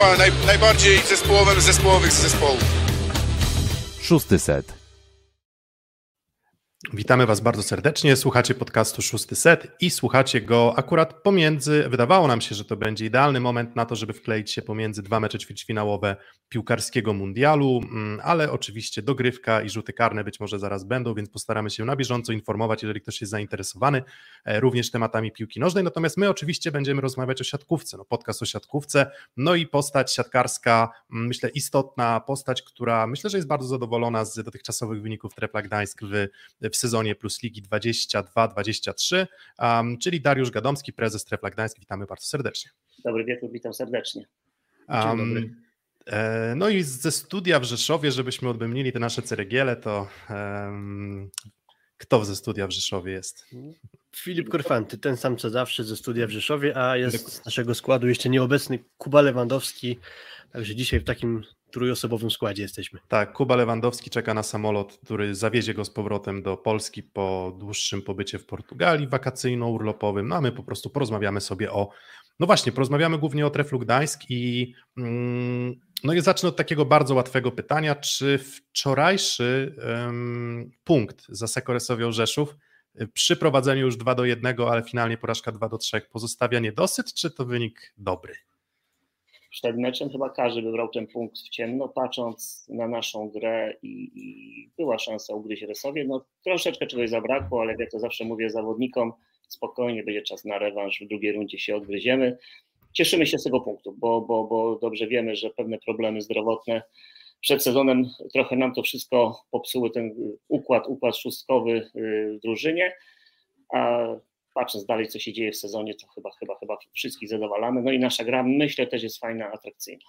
Najbardziej zespołowym z zespołów. Szósty set. Witamy Was bardzo serdecznie, słuchacie podcastu Szósty Set i słuchacie go akurat pomiędzy, wydawało nam się, że to będzie idealny moment na to, żeby wkleić się pomiędzy dwa mecze ćwierćfinałowe piłkarskiego mundialu, ale oczywiście dogrywka i rzuty karne być może zaraz będą, więc postaramy się na bieżąco informować, jeżeli ktoś jest zainteresowany, również tematami piłki nożnej, natomiast my oczywiście będziemy rozmawiać o siatkówce, podcast o siatkówce, no i postać siatkarska, myślę istotna postać, która myślę, że jest bardzo zadowolona z dotychczasowych wyników Trepla Gdańsk w sezonie Plus Ligi 22-23, czyli Dariusz Gadomski, prezes Trepla Gdańsk. Witamy bardzo serdecznie. Dobry wieczór, witam serdecznie. Dzień dobry. No i ze studia w Rzeszowie, żebyśmy odbębnili te nasze ceregiele, to kto ze studia w Rzeszowie jest? Filip Korfanty, ten sam co zawsze ze studia w Rzeszowie, a jest z naszego składu jeszcze nieobecny Kuba Lewandowski, także dzisiaj w takim trójosobowym składzie jesteśmy. Tak, Kuba Lewandowski czeka na samolot, który zawiezie go z powrotem do Polski po dłuższym pobycie w Portugalii wakacyjno-urlopowym, no a my po prostu porozmawiamy sobie porozmawiamy głównie o Treflu Gdańsk i no i zacznę od takiego bardzo łatwego pytania, czy wczorajszy punkt za Sekoresowią Rzeszów przy prowadzeniu już 2-1, ale finalnie porażka 2-3 pozostawia niedosyt, czy to wynik dobry? Przed meczem chyba każdy wybrał ten punkt w ciemno, patrząc na naszą grę i była szansa ugryźć Resowie. Troszeczkę czegoś zabrakło, ale jak to zawsze mówię zawodnikom, spokojnie będzie czas na rewanż, w drugiej rundzie się odgryziemy. Cieszymy się z tego punktu, bo dobrze wiemy, że pewne problemy zdrowotne przed sezonem trochę nam to wszystko popsuły, ten układ szóstkowy w drużynie, a patrząc dalej, co się dzieje w sezonie, to chyba wszystkich zadowalamy. No i nasza gra, myślę, też jest fajna, atrakcyjna.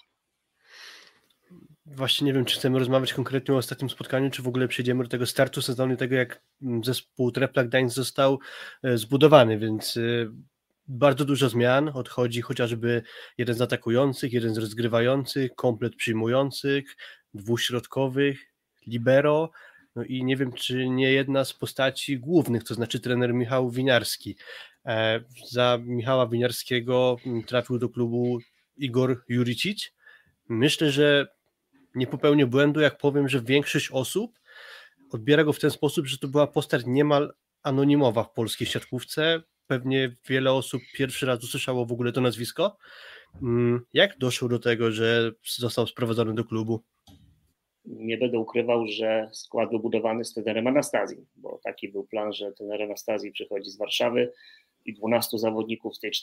Właśnie nie wiem, czy chcemy rozmawiać konkretnie o ostatnim spotkaniu, czy w ogóle przejdziemy do tego startu sezonu, tego jak zespół Trepla Gdańsk został zbudowany, więc bardzo dużo zmian, odchodzi chociażby jeden z atakujących, jeden z rozgrywających, komplet przyjmujących, dwóch środkowych, libero, no i nie wiem, czy nie jedna z postaci głównych, to znaczy trener Michał Winiarski. Za Michała Winiarskiego trafił do klubu Igor Juricic. Myślę, że nie popełnię błędu, jak powiem, że większość osób odbiera go w ten sposób, że to była postać niemal anonimowa w polskiej siatkówce. Pewnie wiele osób pierwszy raz usłyszało w ogóle to nazwisko. Jak doszło do tego, że został sprowadzony do klubu? Nie będę ukrywał, że skład był budowany z trenerem Anastazji, bo taki był plan, że trener Anastazji przychodzi z Warszawy i 12 zawodników z tej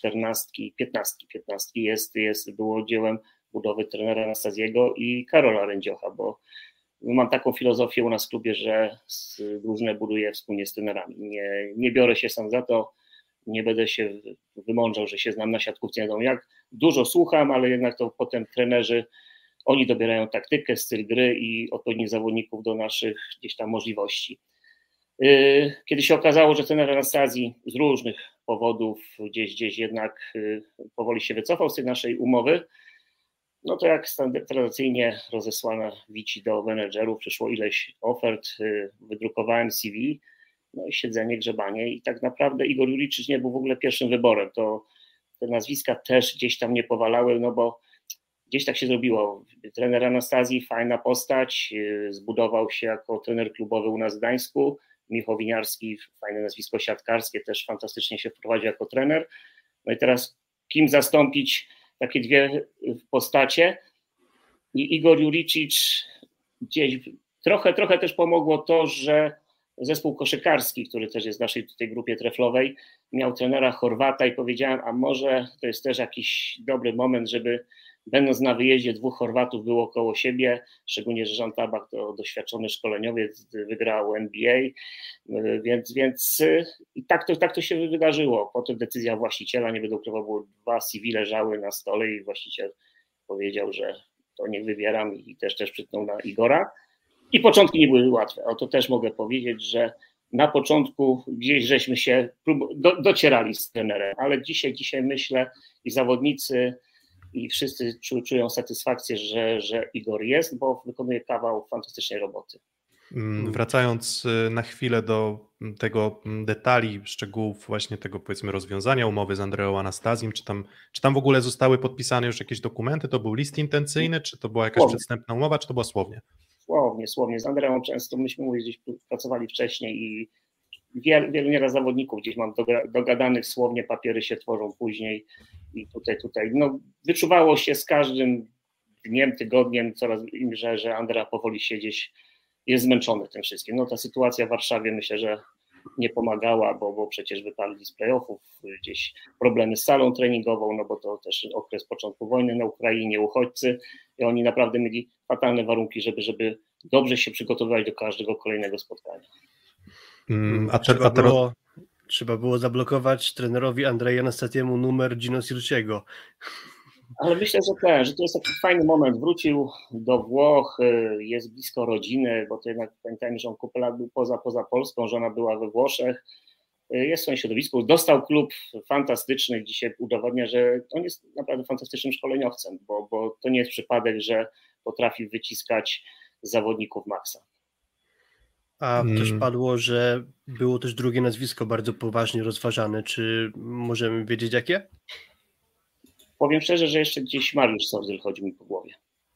15 było dziełem budowy trenera Anastazjego i Karola Rędziocha, bo mam taką filozofię u nas w klubie, że drużynę buduję wspólnie z trenerami. Nie biorę się sam za to, nie będę się wymądrzał, że się znam na siatkówce, nie wiadomo jak. Dużo słucham, ale jednak to potem trenerzy, oni dobierają taktykę, styl gry i odpowiednich zawodników do naszych gdzieś tam możliwości. Kiedy się okazało, że trener Anastazji z różnych powodów gdzieś jednak powoli się wycofał z tej naszej umowy, no to jak tradycyjnie rozesłano wici do menedżerów, przyszło ileś ofert, wydrukowałem CV, no i siedzenie, grzebanie i tak naprawdę Igor Juricic nie był w ogóle pierwszym wyborem. To te nazwiska też gdzieś tam nie powalały, no bo gdzieś tak się zrobiło. Trener Anastazji, fajna postać, zbudował się jako trener klubowy u nas w Gdańsku. Michał Winiarski, fajne nazwisko siatkarskie, też fantastycznie się wprowadził jako trener. No i teraz kim zastąpić takie dwie postacie? I Igor Juricic gdzieś trochę też pomogło to, że zespół koszykarski, który też jest w naszej tutaj grupie treflowej, miał trenera Chorwata i powiedziałem, a może to jest też jakiś dobry moment, żeby będąc na wyjeździe dwóch Chorwatów było koło siebie, szczególnie, że Jean Tabak to doświadczony szkoleniowiec, wygrał NBA, więc i tak to się wydarzyło. Potem decyzja właściciela, nie będę ukrywał, było 2 CV leżały na stole i właściciel powiedział, że to niech wybieram i też przytknął na Igora. I początki nie były łatwe. O to też mogę powiedzieć, że na początku gdzieś żeśmy się docierali z trenerem, ale dzisiaj myślę i zawodnicy i wszyscy czują satysfakcję, że Igor jest, bo wykonuje kawał fantastycznej roboty. Wracając na chwilę do tego detali, szczegółów właśnie tego, powiedzmy, rozwiązania umowy z Andreą Anastazim, czy tam w ogóle zostały podpisane już jakieś dokumenty, to był list intencyjny, czy to była jakaś przedstępna umowa, czy to była słownie? Słownie. Z Andreą często myśmy gdzieś pracowali wcześniej i wielu nieraz zawodników gdzieś mam dogadanych słownie, papiery się tworzą później i tutaj. No, wyczuwało się z każdym dniem, tygodniem coraz im, że Andrea powoli się gdzieś jest zmęczony tym wszystkim. No ta sytuacja w Warszawie myślę, że nie pomagała, bo przecież wypadli z playoffów, gdzieś problemy z salą treningową, no bo to też okres początku wojny na Ukrainie, uchodźcy i oni naprawdę mieli fatalne warunki, żeby dobrze się przygotowywać do każdego kolejnego spotkania. Trzeba było zablokować trenerowi Andrei Anastasiemu numer Gino Sirciego. Ale myślę, że to jest taki fajny moment. Wrócił do Włoch, jest blisko rodziny, bo to jednak pamiętajmy, że on kupę lat był poza Polską, żona była we Włoszech, jest w swoim środowisku, dostał klub fantastyczny, dzisiaj udowadnia, że on jest naprawdę fantastycznym szkoleniowcem, bo to nie jest przypadek, że potrafi wyciskać zawodników maksa. A też padło, że było też drugie nazwisko bardzo poważnie rozważane. Czy możemy wiedzieć jakie? Powiem szczerze, że jeszcze gdzieś Mariusz Sordyl chodzi mi po głowie,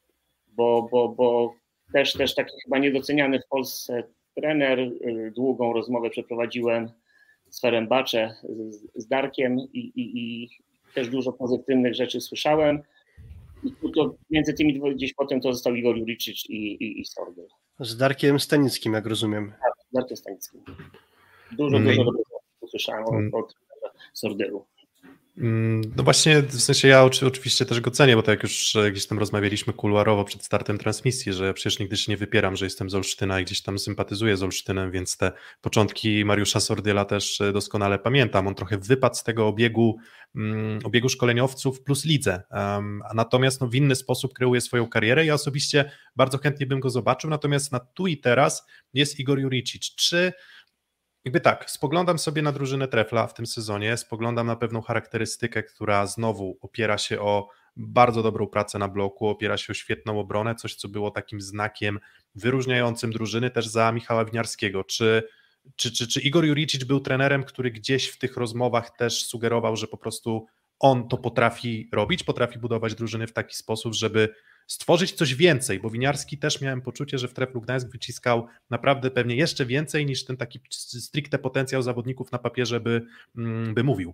bo też taki chyba niedoceniany w Polsce trener. Długą rozmowę przeprowadziłem z Ferenbacze, z Darkiem i też dużo pozytywnych rzeczy słyszałem. I to między tymi gdzieś potem to został Igor Juricic i Sordyl. Z Darkiem Stanickim, jak rozumiem. Tak, z Darkiem Stanickim. Dużo dobrego usłyszałem od Sordylu. No właśnie, w sensie ja oczywiście też go cenię, bo tak jak już gdzieś tam rozmawialiśmy kuluarowo przed startem transmisji, że przecież nigdy się nie wypieram, że jestem z Olsztyna i gdzieś tam sympatyzuję z Olsztynem, więc te początki Mariusza Sordyla też doskonale pamiętam. On trochę wypadł z tego obiegu szkoleniowców plus lidze, a natomiast w inny sposób kreuje swoją karierę. Ja osobiście bardzo chętnie bym go zobaczył, natomiast na tu i teraz jest Igor Juricic. Jakby tak, spoglądam sobie na drużynę Trefla w tym sezonie, spoglądam na pewną charakterystykę, która znowu opiera się o bardzo dobrą pracę na bloku, opiera się o świetną obronę, coś co było takim znakiem wyróżniającym drużyny też za Michała Winiarskiego. Czy Igor Juricic był trenerem, który gdzieś w tych rozmowach też sugerował, że po prostu on to potrafi robić, potrafi budować drużyny w taki sposób, żeby stworzyć coś więcej, bo Winiarski też miałem poczucie, że w Treflu Gdańsk wyciskał naprawdę pewnie jeszcze więcej niż ten taki stricte potencjał zawodników na papierze by mówił.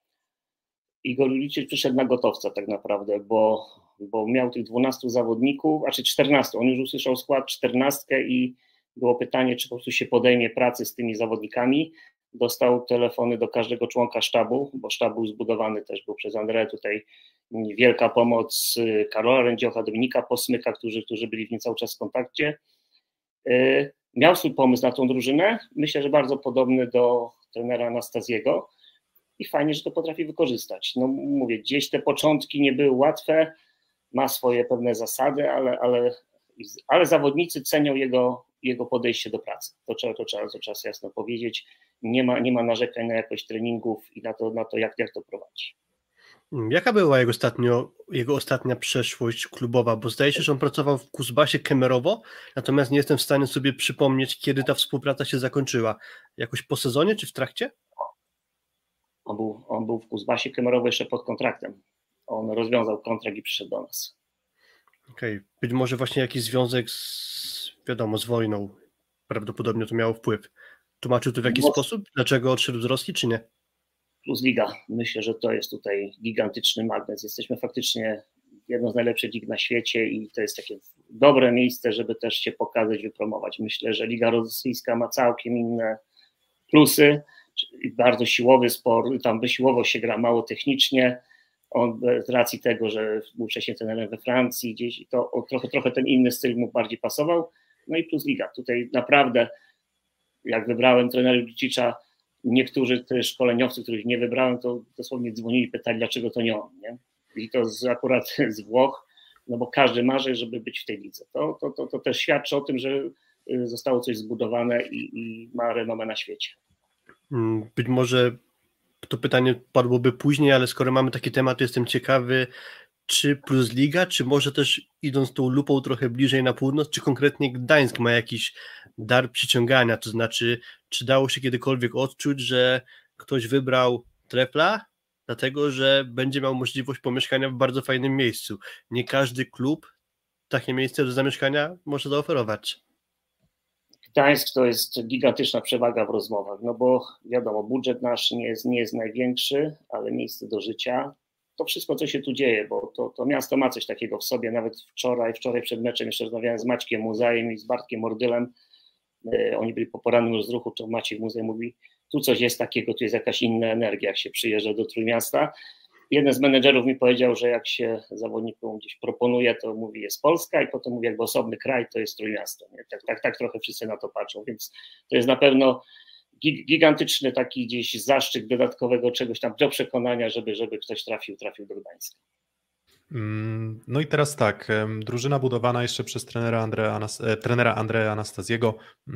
Igor Juricic przyszedł na gotowca tak naprawdę, bo miał tych 12 zawodników, 14, on już usłyszał skład 14 i było pytanie, czy po prostu się podejmie pracy z tymi zawodnikami. Dostał telefony do każdego członka sztabu, bo sztab był zbudowany też był przez Andrę, tutaj wielka pomoc Karola Rędziocha, Dominika Posmyka, którzy byli w nim cały czas w kontakcie. Miał swój pomysł na tą drużynę, myślę, że bardzo podobny do trenera Anastaziego i fajnie, że to potrafi wykorzystać. No mówię, gdzieś te początki nie były łatwe, ma swoje pewne zasady, ale zawodnicy cenią jego podejście do pracy. To trzeba jasno powiedzieć. Nie ma narzekań na jakość treningów i na to jak to prowadzi. Jaka była jego ostatnia przeszłość klubowa? Bo zdaje się, że on pracował w Kuzbasie Kemerowo, natomiast nie jestem w stanie sobie przypomnieć, kiedy ta współpraca się zakończyła. Jakoś po sezonie czy w trakcie? On był w Kuzbasie Kemerowo jeszcze pod kontraktem. On rozwiązał kontrakt i przyszedł do nas. Okej. Być może właśnie jakiś związek z wojną prawdopodobnie to miało wpływ. Tłumaczył to w jakiś sposób? Dlaczego odszedł z Rosji, czy nie? Plus liga. Myślę, że to jest tutaj gigantyczny magnes. Jesteśmy faktycznie jedną z najlepszych lig na świecie i to jest takie dobre miejsce, żeby też się pokazać, wypromować. Myślę, że liga rosyjska ma całkiem inne plusy. Bardzo siłowy sport, tam wysiłowo się gra, mało technicznie. On z racji tego, że był wcześniej trenerem we Francji, gdzieś to trochę ten inny styl mu bardziej pasował. No i plus liga. Tutaj naprawdę, jak wybrałem trenera Juricicza, niektórzy szkoleniowcy, których nie wybrałem, to dosłownie dzwonili i pytali, dlaczego to nie on. Nie? I to akurat z Włoch, no bo każdy marzy, żeby być w tej lidze. To też świadczy o tym, że zostało coś zbudowane i ma renomę na świecie. Być może to pytanie padłoby później, ale skoro mamy taki temat, to jestem ciekawy, czy plus liga, czy może też idąc tą lupą trochę bliżej na północ, czy konkretnie Gdańsk ma jakiś dar przyciągania, to znaczy, czy dało się kiedykolwiek odczuć, że ktoś wybrał Trepla, dlatego że będzie miał możliwość pomieszkania w bardzo fajnym miejscu. Nie każdy klub takie miejsce do zamieszkania może zaoferować. Gdańsk to jest gigantyczna przewaga w rozmowach, no bo wiadomo, budżet nasz nie jest największy, ale miejsce do życia, to wszystko, co się tu dzieje, bo to miasto ma coś takiego w sobie. Nawet wczoraj przed meczem jeszcze rozmawiałem z Maćkiem Muzajem i z Bartkiem Mordylem, oni byli po porannym rozruchu, to Maciek Muzej mówi, tu coś jest takiego, tu jest jakaś inna energia, jak się przyjeżdża do Trójmiasta. Jeden z menedżerów mi powiedział, że jak się zawodnikom gdzieś proponuje, to mówi jest Polska i potem mówi jakby osobny kraj, to jest Trójmiasto. Nie? Tak trochę wszyscy na to patrzą, więc to jest na pewno gigantyczny taki gdzieś zaszczyt dodatkowego czegoś tam do przekonania, żeby ktoś trafił do Gdańska. No i teraz tak, drużyna budowana jeszcze przez trenera Andrea Anastaziego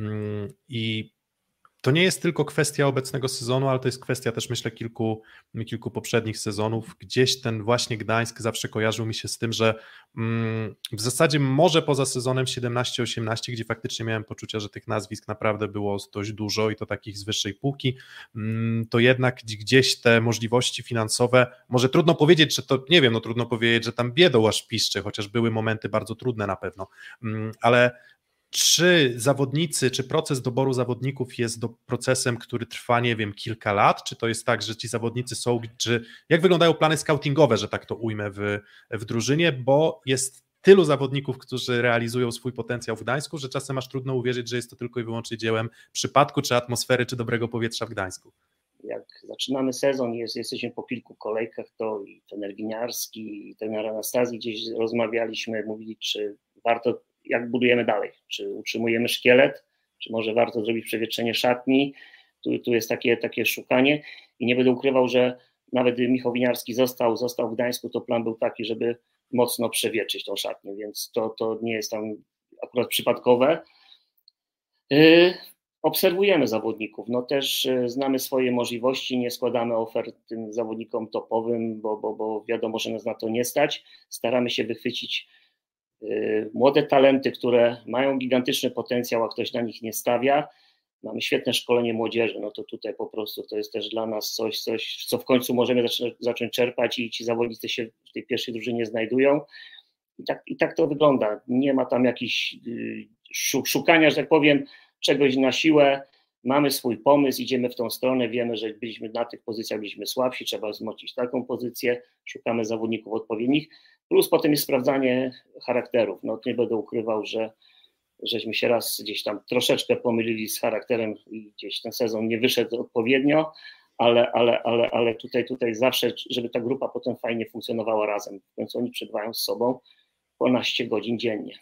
i to nie jest tylko kwestia obecnego sezonu, ale to jest kwestia też myślę kilku poprzednich sezonów. Gdzieś ten właśnie Gdańsk zawsze kojarzył mi się z tym, że w zasadzie może poza sezonem 17-18, gdzie faktycznie miałem poczucie, że tych nazwisk naprawdę było dość dużo i to takich z wyższej półki, to jednak gdzieś te możliwości finansowe, może trudno powiedzieć, że to, nie wiem, no trudno powiedzieć, że tam biedą aż piszczy, chociaż były momenty bardzo trudne na pewno, ale czy zawodnicy, czy proces doboru zawodników jest procesem, który trwa, nie wiem, kilka lat, czy to jest tak, że ci zawodnicy są, czy jak wyglądają plany scoutingowe, że tak to ujmę w drużynie, bo jest tylu zawodników, którzy realizują swój potencjał w Gdańsku, że czasem aż trudno uwierzyć, że jest to tylko i wyłącznie dziełem przypadku, czy atmosfery, czy dobrego powietrza w Gdańsku. Jak zaczynamy sezon, jesteśmy po kilku kolejkach, to i trener Winiarski, i trener Anastazji gdzieś rozmawialiśmy, mówili, czy warto, jak budujemy dalej, czy utrzymujemy szkielet, czy może warto zrobić przewietrzenie szatni, tu jest takie szukanie i nie będę ukrywał, że nawet gdy Michał Winiarski został w Gdańsku, to plan był taki, żeby mocno przewietrzyć tą szatnię, więc to nie jest tam akurat przypadkowe. Obserwujemy zawodników, no też znamy swoje możliwości, nie składamy ofert tym zawodnikom topowym, bo wiadomo, że nas na to nie stać. Staramy się wychwycić młode talenty, które mają gigantyczny potencjał, a ktoś na nich nie stawia. Mamy świetne szkolenie młodzieży, no to tutaj po prostu to jest też dla nas coś, co w końcu możemy zacząć czerpać i ci zawodnicy się w tej pierwszej drużynie znajdują. I tak to wygląda. Nie ma tam jakichś szukania, że tak powiem, czegoś na siłę. Mamy swój pomysł, idziemy w tą stronę, wiemy, że byliśmy na tych pozycjach, byliśmy słabsi, trzeba wzmocnić taką pozycję, szukamy zawodników odpowiednich, plus potem jest sprawdzanie charakterów. No nie będę ukrywał, żeśmy się raz gdzieś tam troszeczkę pomylili z charakterem i gdzieś ten sezon nie wyszedł odpowiednio, ale tutaj zawsze, żeby ta grupa potem fajnie funkcjonowała razem. W końcu oni przebywają z sobą 12 godzin dziennie.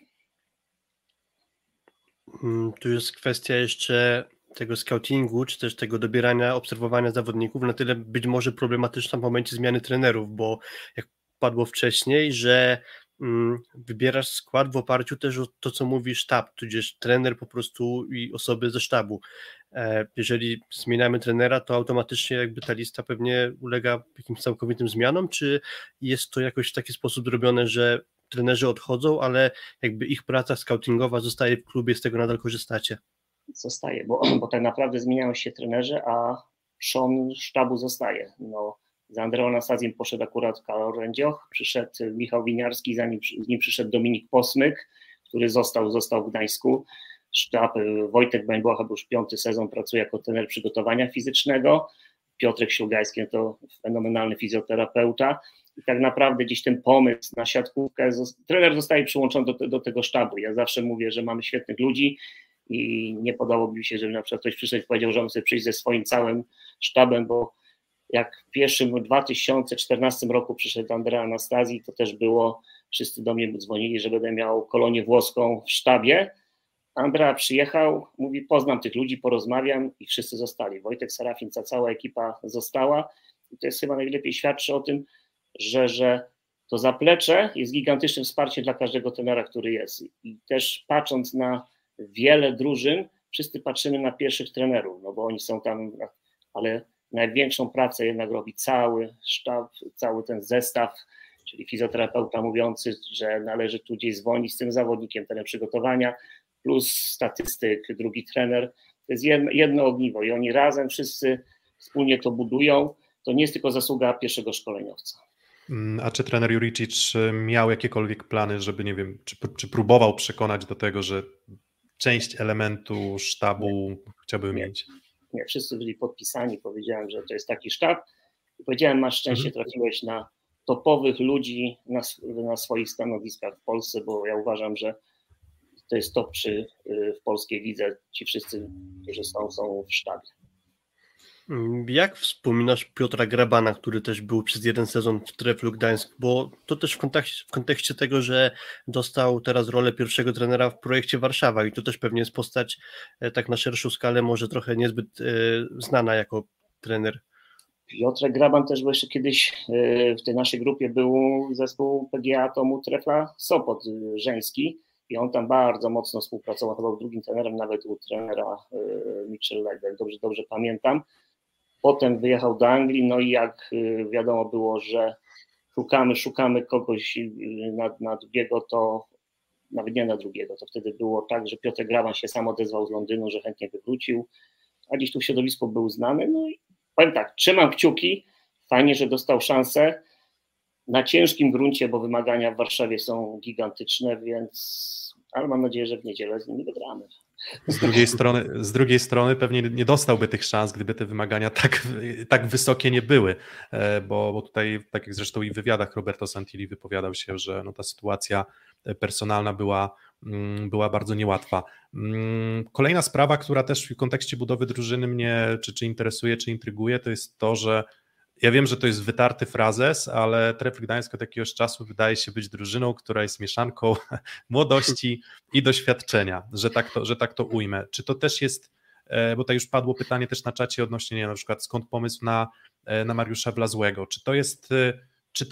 Tu jest kwestia jeszcze tego scoutingu, czy też tego dobierania, obserwowania zawodników, na tyle być może problematyczna w momencie zmiany trenerów, bo jak padło wcześniej, że wybierasz skład w oparciu też o to, co mówi sztab, tudzież trener po prostu i osoby ze sztabu. Jeżeli zmieniamy trenera, to automatycznie jakby ta lista pewnie ulega jakimś całkowitym zmianom, czy jest to jakoś w taki sposób zrobione, że trenerzy odchodzą, ale jakby ich praca scoutingowa zostaje w klubie, z tego nadal korzystacie? Zostaje, bo tak naprawdę zmieniają się trenerzy, a trzon sztabu zostaje. No, z Andreą Anastazjem poszedł akurat Karol Rędzioch, przyszedł Michał Winiarski, z nim przyszedł Dominik Posmyk, który został w Gdańsku. Sztab Wojtek Bańbocha, bo już 5. sezon pracuje jako trener przygotowania fizycznego. Piotrek Ślugajski to fenomenalny fizjoterapeuta. I tak naprawdę gdzieś ten pomysł na siatkówkę, trener zostaje przyłączony do tego sztabu. Ja zawsze mówię, że mamy świetnych ludzi i nie podobałoby mi się, żeby na przykład ktoś przyszedł i powiedział, że on chce przyjść ze swoim całym sztabem, bo jak w pierwszym 2014 roku przyszedł Andrea Anastazji, to też było, wszyscy do mnie dzwonili, że będę miał kolonię włoską w sztabie. Andrea przyjechał, mówi, poznam tych ludzi, porozmawiam i wszyscy zostali. Wojtek Sarafin, cała ekipa została i to jest chyba najlepiej świadczy o tym, że to zaplecze jest gigantycznym wsparciem dla każdego trenera, który jest. I też patrząc na wiele drużyn, wszyscy patrzymy na pierwszych trenerów, no bo oni są tam, ale największą pracę jednak robi cały sztab, cały ten zestaw, czyli fizjoterapeuta mówiący, że należy tu gdzieś zwolnić z tym zawodnikiem, trener przygotowania, plus statystyk, drugi trener. To jest jedno ogniwo i oni razem wszyscy wspólnie to budują. To nie jest tylko zasługa pierwszego szkoleniowca. A czy trener Juricic miał jakiekolwiek plany, żeby, nie wiem, czy próbował przekonać do tego, że część elementu sztabu chciałby wymienić? Nie, wszyscy byli podpisani, powiedziałem, że to jest taki sztab i powiedziałem, masz szczęście, trafiłeś na topowych ludzi na swoich stanowiskach w Polsce, bo ja uważam, że to jest top w polskiej lidze, ci wszyscy, którzy są w sztabie. Jak wspominasz Piotra Grabana, który też był przez jeden sezon w Treflu Gdańsk, bo to też w kontekście tego, że dostał teraz rolę pierwszego trenera w projekcie Warszawa i to też pewnie jest postać tak na szerszą skalę może trochę niezbyt znana jako trener. Piotrek Graban też, bo jeszcze kiedyś w tej naszej grupie był zespół PGA Atomu Trefla Sopot żeński i on tam bardzo mocno współpracował, chyba był drugim trenerem nawet u trenera Mitchell, jak dobrze pamiętam. Potem wyjechał do Anglii, no i jak wiadomo było, że szukamy kogoś na drugiego, to nawet nie na drugiego, to wtedy było tak, że Piotr Graban się sam odezwał z Londynu, że chętnie wywrócił, a gdzieś tu w środowisku był znany, no i powiem tak, trzymam kciuki, fajnie, że dostał szansę na ciężkim gruncie, bo wymagania w Warszawie są gigantyczne, więc, ale mam nadzieję, że w niedzielę z nimi wygramy. Z drugiej strony pewnie nie dostałby tych szans, gdyby te wymagania tak wysokie nie były, bo tutaj, tak jak zresztą i w wywiadach Roberto Santilli wypowiadał się, że no ta sytuacja personalna była bardzo niełatwa. Kolejna sprawa, która też w kontekście budowy drużyny mnie czy interesuje, czy intryguje, to jest to, że ja wiem, że to jest wytarty frazes, ale Trefl Gdańsk od jakiegoś czasu wydaje się być drużyną, która jest mieszanką młodości i doświadczenia, że tak to ujmę. Czy to też jest, bo tutaj już padło pytanie też na czacie odnośnie, na przykład skąd pomysł na Mariusza Wlazłego. Czy to jest, czy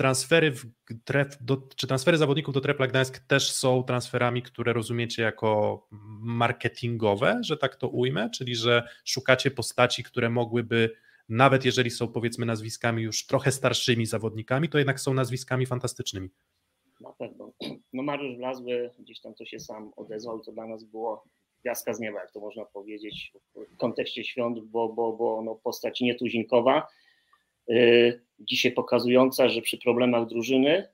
transfery zawodników do Trefla Gdańsk też są transferami, które rozumiecie jako marketingowe, że tak to ujmę, czyli że szukacie postaci, które mogłyby, nawet jeżeli są powiedzmy nazwiskami już trochę starszymi zawodnikami, to jednak są nazwiskami fantastycznymi. Na pewno. No Mariusz Wlazły, gdzieś tam to się sam odezwał i to dla nas było gwiazdka z nieba, jak to można powiedzieć w kontekście świąt, bo no, postać nietuzinkowa, dzisiaj pokazująca, że przy problemach drużyny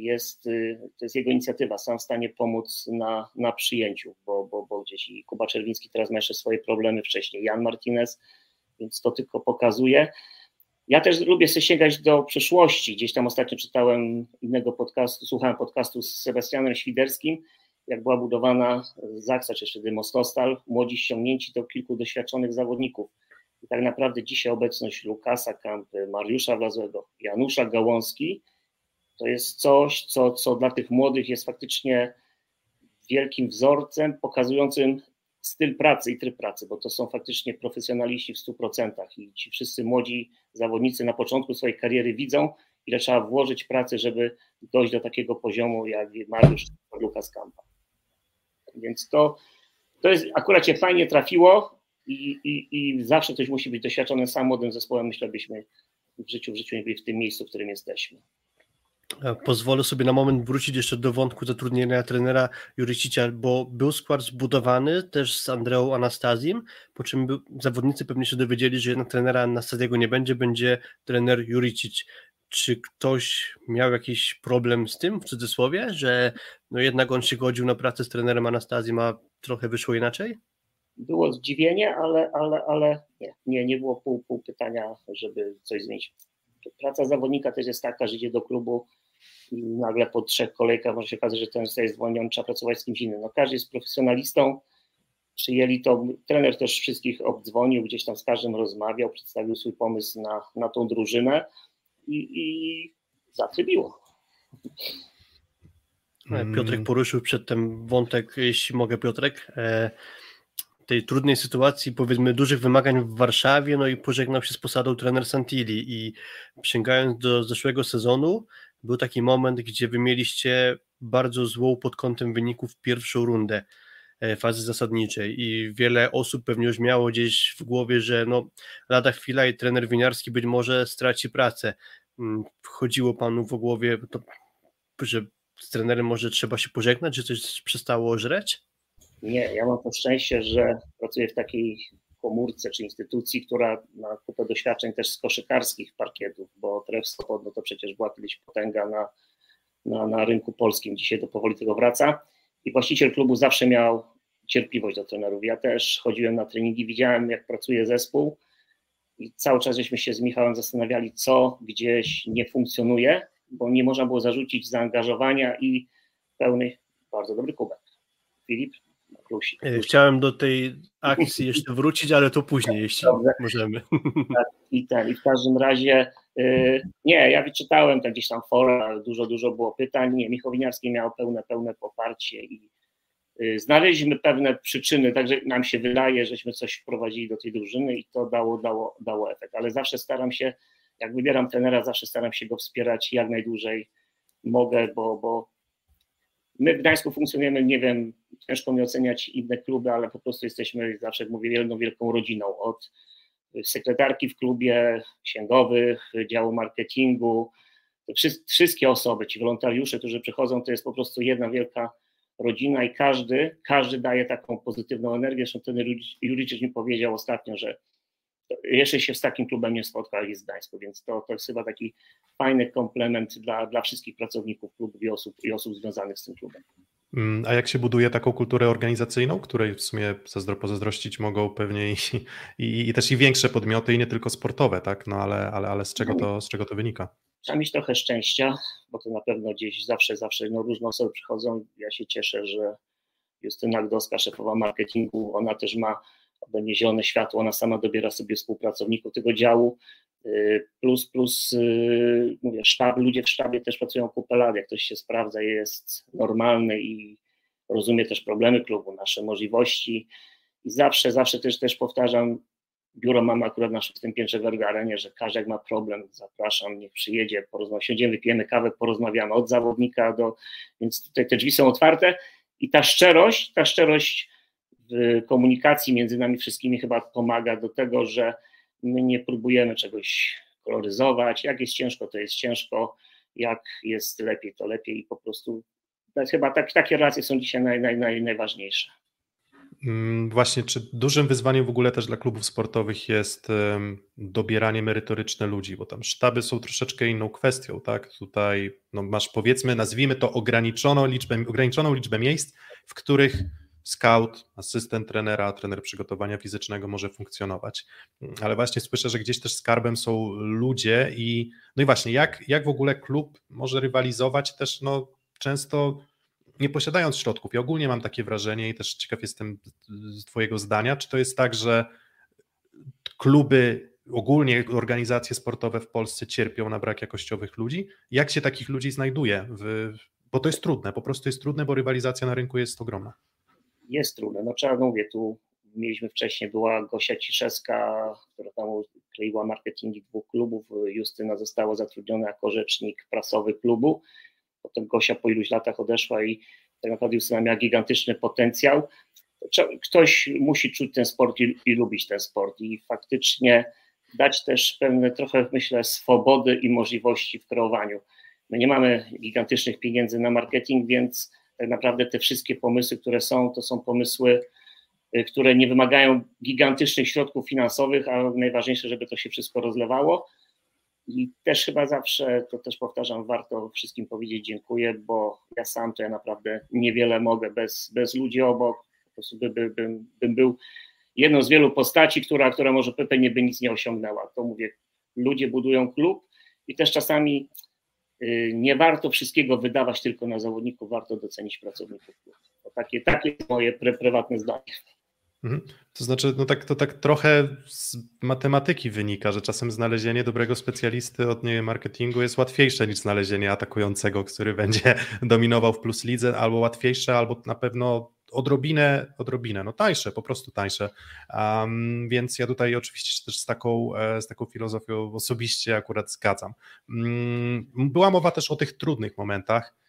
to jest jego inicjatywa, sam w stanie pomóc na przyjęciu, bo gdzieś i Kuba Czerwiński teraz ma jeszcze swoje problemy, wcześniej Jan Martinez, więc to tylko pokazuje. Ja też lubię sobie sięgać do przeszłości. Gdzieś tam ostatnio czytałem słuchałem podcastu z Sebastianem Świderskim, jak była budowana Zaksa, czy wtedy Mostostal, młodzi ściągnięci do kilku doświadczonych zawodników. I tak naprawdę dzisiaj obecność Lukasa Kampy, Mariusza Wlazłego, Janusza Gałązki to jest coś, co dla tych młodych jest faktycznie wielkim wzorcem pokazującym styl pracy i tryb pracy, bo to są faktycznie profesjonaliści w 100% i ci wszyscy młodzi zawodnicy na początku swojej kariery widzą, ile trzeba włożyć pracy, żeby dojść do takiego poziomu jak Mariusz Lukas Kampa. Więc to jest akurat się fajnie trafiło i zawsze ktoś musi być doświadczony sam młodym zespołem. Myślę, byśmy w życiu nie byli w tym miejscu, w którym jesteśmy. Pozwolę sobie na moment wrócić jeszcze do wątku zatrudnienia trenera Juricicia, bo był skład zbudowany też z Andreą Anastazim, po czym zawodnicy pewnie się dowiedzieli, że jednak trenera Anastaziego nie będzie trener Juricic. Czy ktoś miał jakiś problem z tym, w cudzysłowie, że no jednak on się godził na pracę z trenerem Anastazim, a trochę wyszło inaczej? Było zdziwienie, ale nie było pół pytania, żeby coś zmienić. Praca zawodnika też jest taka, że idzie do klubu i nagle po 3 kolejkach może się okazać, że ten jest zwolniony, trzeba pracować z kimś innym. No, każdy jest profesjonalistą, przyjęli to, trener też wszystkich obdzwonił, gdzieś tam z każdym rozmawiał, przedstawił swój pomysł na tą drużynę i zatrybiło. Piotrek poruszył przedtem wątek, jeśli mogę, Piotrek, tej trudnej sytuacji, powiedzmy dużych wymagań w Warszawie, no i pożegnał się z posadą trener Santilli i sięgając do zeszłego sezonu, był taki moment, gdzie wy mieliście bardzo złą pod kątem wyników pierwszą rundę fazy zasadniczej i wiele osób pewnie już miało gdzieś w głowie, że no lada chwila i trener Winiarski być może straci pracę. Wchodziło panu w głowie, to że z trenerem może trzeba się pożegnać, że coś przestało żreć? Nie, ja mam to szczęście, że pracuję w takiej komórce czy instytucji, która ma kupę doświadczeń też z koszykarskich parkietów, bo Tref Sopot no to przecież była kiedyś potęga na rynku polskim, dzisiaj to powoli tego wraca i właściciel klubu zawsze miał cierpliwość do trenerów. Ja też chodziłem na treningi, widziałem jak pracuje zespół i cały czas żeśmy się z Michałem zastanawiali, co gdzieś nie funkcjonuje, bo nie można było zarzucić zaangażowania i pełny, bardzo dobry kubek. Filip? Klusi. Chciałem do tej akcji jeszcze wrócić, ale to później, jeśli Dobrze. możemy. Tak, i w każdym razie nie, ja wyczytałem tak gdzieś tam fora, dużo było pytań, nie, Michał Winiarski miał pełne poparcie i znaleźliśmy pewne przyczyny, także nam się wydaje, żeśmy coś wprowadzili do tej drużyny i to dało efekt, ale zawsze staram się, jak wybieram trenera, zawsze staram się go wspierać jak najdłużej mogę, bo my w Gdańsku funkcjonujemy, nie wiem, ciężko mi oceniać inne kluby, ale po prostu jesteśmy, zawsze jak mówię, jedną wielką rodziną. Od sekretarki w klubie, księgowych, działu marketingu, wszystkie osoby, ci wolontariusze, którzy przychodzą, to jest po prostu jedna wielka rodzina i każdy daje taką pozytywną energię. Zresztą ten Jurycz mi powiedział ostatnio, że jeszcze się z takim klubem nie spotkał jak jest w Gdańsku, więc to jest chyba taki fajny komplement dla wszystkich pracowników klubów i osób związanych z tym klubem. A jak się buduje taką kulturę organizacyjną, której w sumie pozazdrościć mogą pewnie i też i większe podmioty i nie tylko sportowe, tak? No ale z czego to wynika? Trzeba mieć trochę szczęścia, bo to na pewno gdzieś zawsze no, różne osoby przychodzą. Ja się cieszę, że Justyna Gdowska, szefowa marketingu, ona też ma ode mnie zielone światło, ona sama dobiera sobie współpracowników tego działu, plus mówię, ludzie w sztabie też pracują kupę lat, jak ktoś się sprawdza, jest normalny i rozumie też problemy klubu, nasze możliwości i zawsze też powtarzam, biuro mamy akurat na 6. piętrze w Ergarenie, że każdy jak ma problem, zapraszam, niech przyjedzie, siądziemy, wypijemy kawę, porozmawiamy od zawodnika więc tutaj te drzwi są otwarte i ta szczerość w komunikacji między nami wszystkimi chyba pomaga do tego, że my nie próbujemy czegoś koloryzować, jak jest ciężko, to jest ciężko, jak jest lepiej, to lepiej i po prostu chyba takie relacje są dzisiaj najważniejsze. Właśnie, czy dużym wyzwaniem w ogóle też dla klubów sportowych jest dobieranie merytoryczne ludzi, bo tam sztaby są troszeczkę inną kwestią, tak? Tutaj no, masz powiedzmy, nazwijmy to ograniczoną liczbę miejsc, w których scout, asystent trenera, trener przygotowania fizycznego może funkcjonować. Ale właśnie słyszę, że gdzieś też skarbem są ludzie no i właśnie, jak w ogóle klub może rywalizować też no, często nie posiadając środków. Ja ogólnie mam takie wrażenie i też ciekaw jestem z twojego zdania, czy to jest tak, że kluby, ogólnie organizacje sportowe w Polsce cierpią na brak jakościowych ludzi? Jak się takich ludzi znajduje? Bo to jest trudne, po prostu jest trudne, bo rywalizacja na rynku jest ogromna. Jest trudne, no trzeba mówię, tu mieliśmy wcześniej, była Gosia Ciszewska, która tam kleiła marketingi 2 klubów, Justyna została zatrudniona jako rzecznik prasowy klubu, potem Gosia po iluś latach odeszła i tak naprawdę Justyna miała gigantyczny potencjał. Ktoś musi czuć ten sport i lubić ten sport i faktycznie dać też pewne trochę, myślę, swobody i możliwości w kreowaniu. My nie mamy gigantycznych pieniędzy na marketing, więc tak naprawdę te wszystkie pomysły, które są, to są pomysły, które nie wymagają gigantycznych środków finansowych, a najważniejsze, żeby to się wszystko rozlewało. I też chyba zawsze, to też powtarzam, warto wszystkim powiedzieć dziękuję, bo ja sam to ja naprawdę niewiele mogę bez ludzi obok. Po prostu bym był jedną z wielu postaci, która może pewnie by nic nie osiągnęła. To mówię, ludzie budują klub i też czasami nie warto wszystkiego wydawać tylko na zawodników, warto docenić pracowników. To takie jest moje prywatne zdanie. To znaczy, no to tak trochę z matematyki wynika, że czasem znalezienie dobrego specjalisty od marketingu jest łatwiejsze niż znalezienie atakującego, który będzie dominował w plus lidze, albo łatwiejsze, albo na pewno odrobinę, no tańsze, po prostu tańsze. Więc ja tutaj oczywiście też z taką filozofią osobiście akurat zgadzam. Była mowa też o tych trudnych momentach.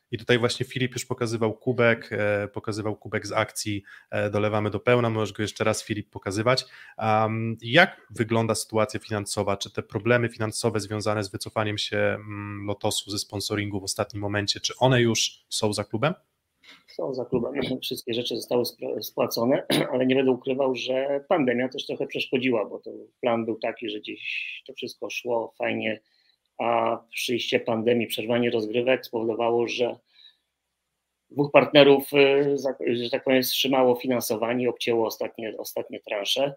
I tutaj właśnie Filip już pokazywał kubek z akcji Dolewamy do pełna, możesz go jeszcze raz, Filip, pokazywać. Jak wygląda sytuacja finansowa? Czy te problemy finansowe związane z wycofaniem się Lotosu ze sponsoringu w ostatnim momencie, czy one już są za klubem? Są za klubem, wszystkie rzeczy zostały spłacone, ale nie będę ukrywał, że pandemia też trochę przeszkodziła, bo to plan był taki, że gdzieś to wszystko szło fajnie, a przyjście pandemii, przerwanie rozgrywek spowodowało, że dwóch partnerów, że tak powiem, wstrzymało finansowanie, obcięło ostatnie transze.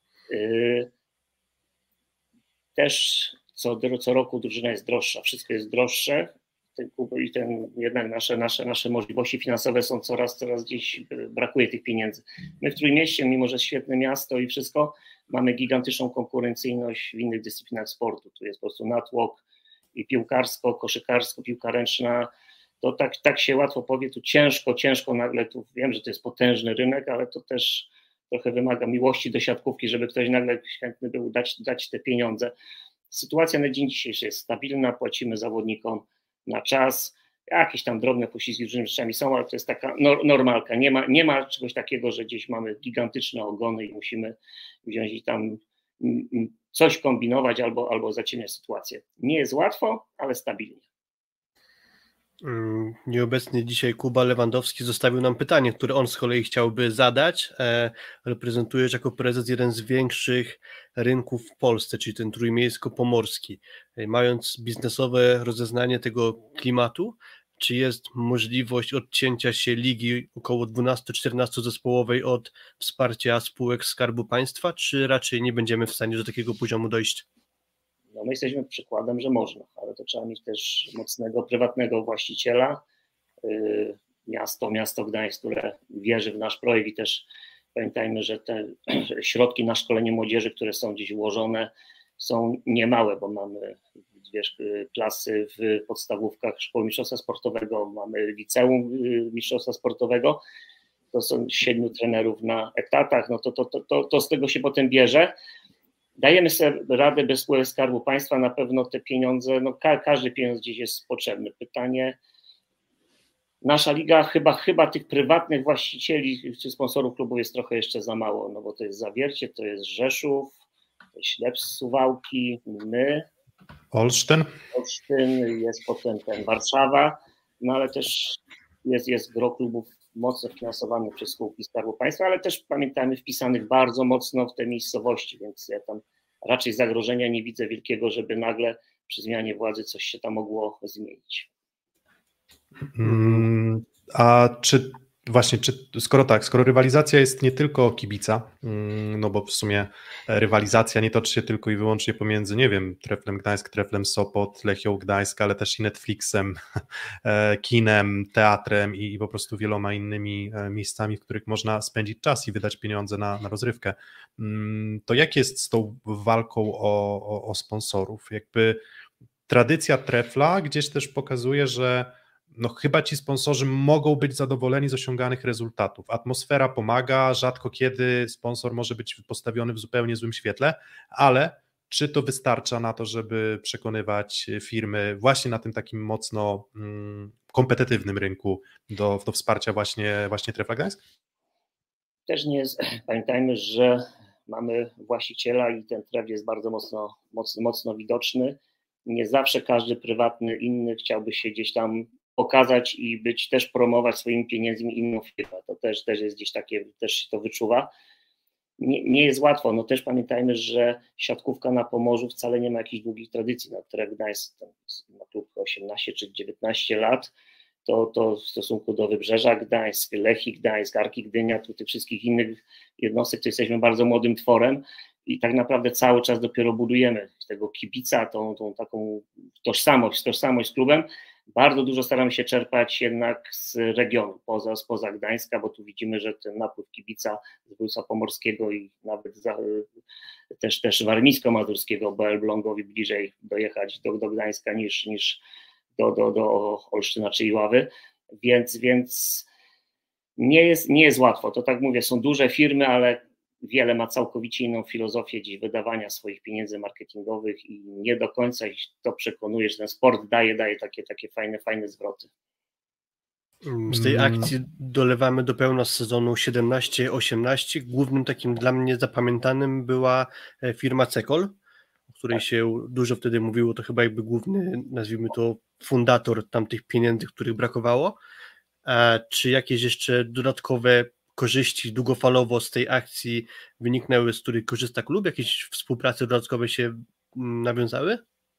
Też co roku drużyna jest droższa, wszystko jest droższe i jednak nasze możliwości finansowe są coraz gdzieś, brakuje tych pieniędzy. My w Trójmieście, mimo że świetne miasto i wszystko, mamy gigantyczną konkurencyjność w innych dyscyplinach sportu. Tu jest po prostu natłok i piłkarsko, koszykarsko, piłka ręczna. To tak się łatwo powie, tu ciężko nagle, tu wiem, że to jest potężny rynek, ale to też trochę wymaga miłości do siatkówki, żeby ktoś nagle chętny był dać te pieniądze. Sytuacja na dzień dzisiejszy jest stabilna, płacimy zawodnikom na czas, jakieś tam drobne poślizgi z różnymi rzeczami są, ale to jest taka normalka. Nie ma czegoś takiego, że gdzieś mamy gigantyczne ogony i musimy wziąć i tam coś kombinować albo zaciemniać sytuację. Nie jest łatwo, ale stabilnie. Nieobecny dzisiaj Kuba Lewandowski zostawił nam pytanie, które on z kolei chciałby zadać. Reprezentujesz jako prezes jeden z większych rynków w Polsce, czyli ten trójmiejsko-pomorski. Mając biznesowe rozeznanie tego klimatu, czy jest możliwość odcięcia się ligi około 12-14 zespołowej od wsparcia spółek Skarbu Państwa, czy raczej nie będziemy w stanie do takiego poziomu dojść? No my jesteśmy przykładem, że można, ale to trzeba mieć też mocnego, prywatnego właściciela. Miasto Gdańsk, które wierzy w nasz projekt i też pamiętajmy, że te środki na szkolenie młodzieży, które są gdzieś ułożone, są niemałe, bo mamy klasy w podstawówkach szkoły mistrzostwa sportowego, mamy liceum mistrzostwa sportowego, to są 7 trenerów na etatach, no to z tego się potem bierze. Dajemy sobie radę bez spółek Skarbu Państwa, na pewno te pieniądze, no każdy pieniądz gdzieś jest potrzebny. Pytanie, nasza liga chyba tych prywatnych właścicieli czy sponsorów klubów jest trochę jeszcze za mało, no bo to jest Zawiercie, to jest Rzeszów, to jest Ślepsk, Suwałki, my, Olsztyn, jest potem Warszawa, no ale też jest gro klubów mocno finansowanych przez spółki Skarbu Państwa, ale też pamiętajmy wpisanych bardzo mocno w te miejscowości, więc ja tam raczej zagrożenia nie widzę wielkiego, żeby nagle przy zmianie władzy coś się tam mogło zmienić. A skoro rywalizacja jest nie tylko kibica, no bo w sumie rywalizacja nie toczy się tylko i wyłącznie pomiędzy, nie wiem, Treflem Gdańsk, Treflem Sopot, Lechią Gdańsk, ale też i Netflixem, kinem, teatrem i po prostu wieloma innymi miejscami, w których można spędzić czas i wydać pieniądze na rozrywkę. To jak jest z tą walką o sponsorów? Jakby tradycja Trefla gdzieś też pokazuje, że no chyba ci sponsorzy mogą być zadowoleni z osiąganych rezultatów. Atmosfera pomaga, rzadko kiedy sponsor może być postawiony w zupełnie złym świetle, ale czy to wystarcza na to, żeby przekonywać firmy właśnie na tym takim mocno kompetytywnym rynku do wsparcia właśnie Trefla Gdańsk? Też nie jest, pamiętajmy, że mamy właściciela i ten Tref jest bardzo mocno widoczny. Nie zawsze każdy prywatny inny chciałby się gdzieś tam pokazać i też promować swoimi pieniędzmi inną firmę. To też jest gdzieś takie, też się to wyczuwa. Nie jest łatwo. No też pamiętajmy, że siatkówka na Pomorzu wcale nie ma jakichś długich tradycji. No, Tref Gdańsk ma tu 18 czy 19 lat. To w stosunku do Wybrzeża Gdańsk, Lechii Gdańsk, Arki Gdynia, tych wszystkich innych jednostek, to jesteśmy bardzo młodym tworem i tak naprawdę cały czas dopiero budujemy tego kibica, tą taką tożsamość z klubem. Bardzo dużo staramy się czerpać jednak z regionu, spoza Gdańska, bo tu widzimy, że ten napływ kibica z województwa pomorskiego i nawet też warmińsko-mazurskiego, bo Elblągowi bliżej dojechać do Gdańska niż do Olsztyna czy Iławy, więc nie jest łatwo. To tak mówię, są duże firmy, ale wiele ma całkowicie inną filozofię gdzieś wydawania swoich pieniędzy marketingowych i nie do końca ich to przekonuje, że ten sport daje takie fajne zwroty. Z tej akcji dolewamy do pełna z sezonu 17-18. Głównym takim dla mnie zapamiętanym była firma Cekol, o której się dużo wtedy mówiło, to chyba jakby główny, nazwijmy to, fundator tamtych pieniędzy, których brakowało. A czy jakieś jeszcze dodatkowe korzyści długofalowo z tej akcji wyniknęły, z których korzysta klub? Jakieś współprace dodatkowe się nawiązały?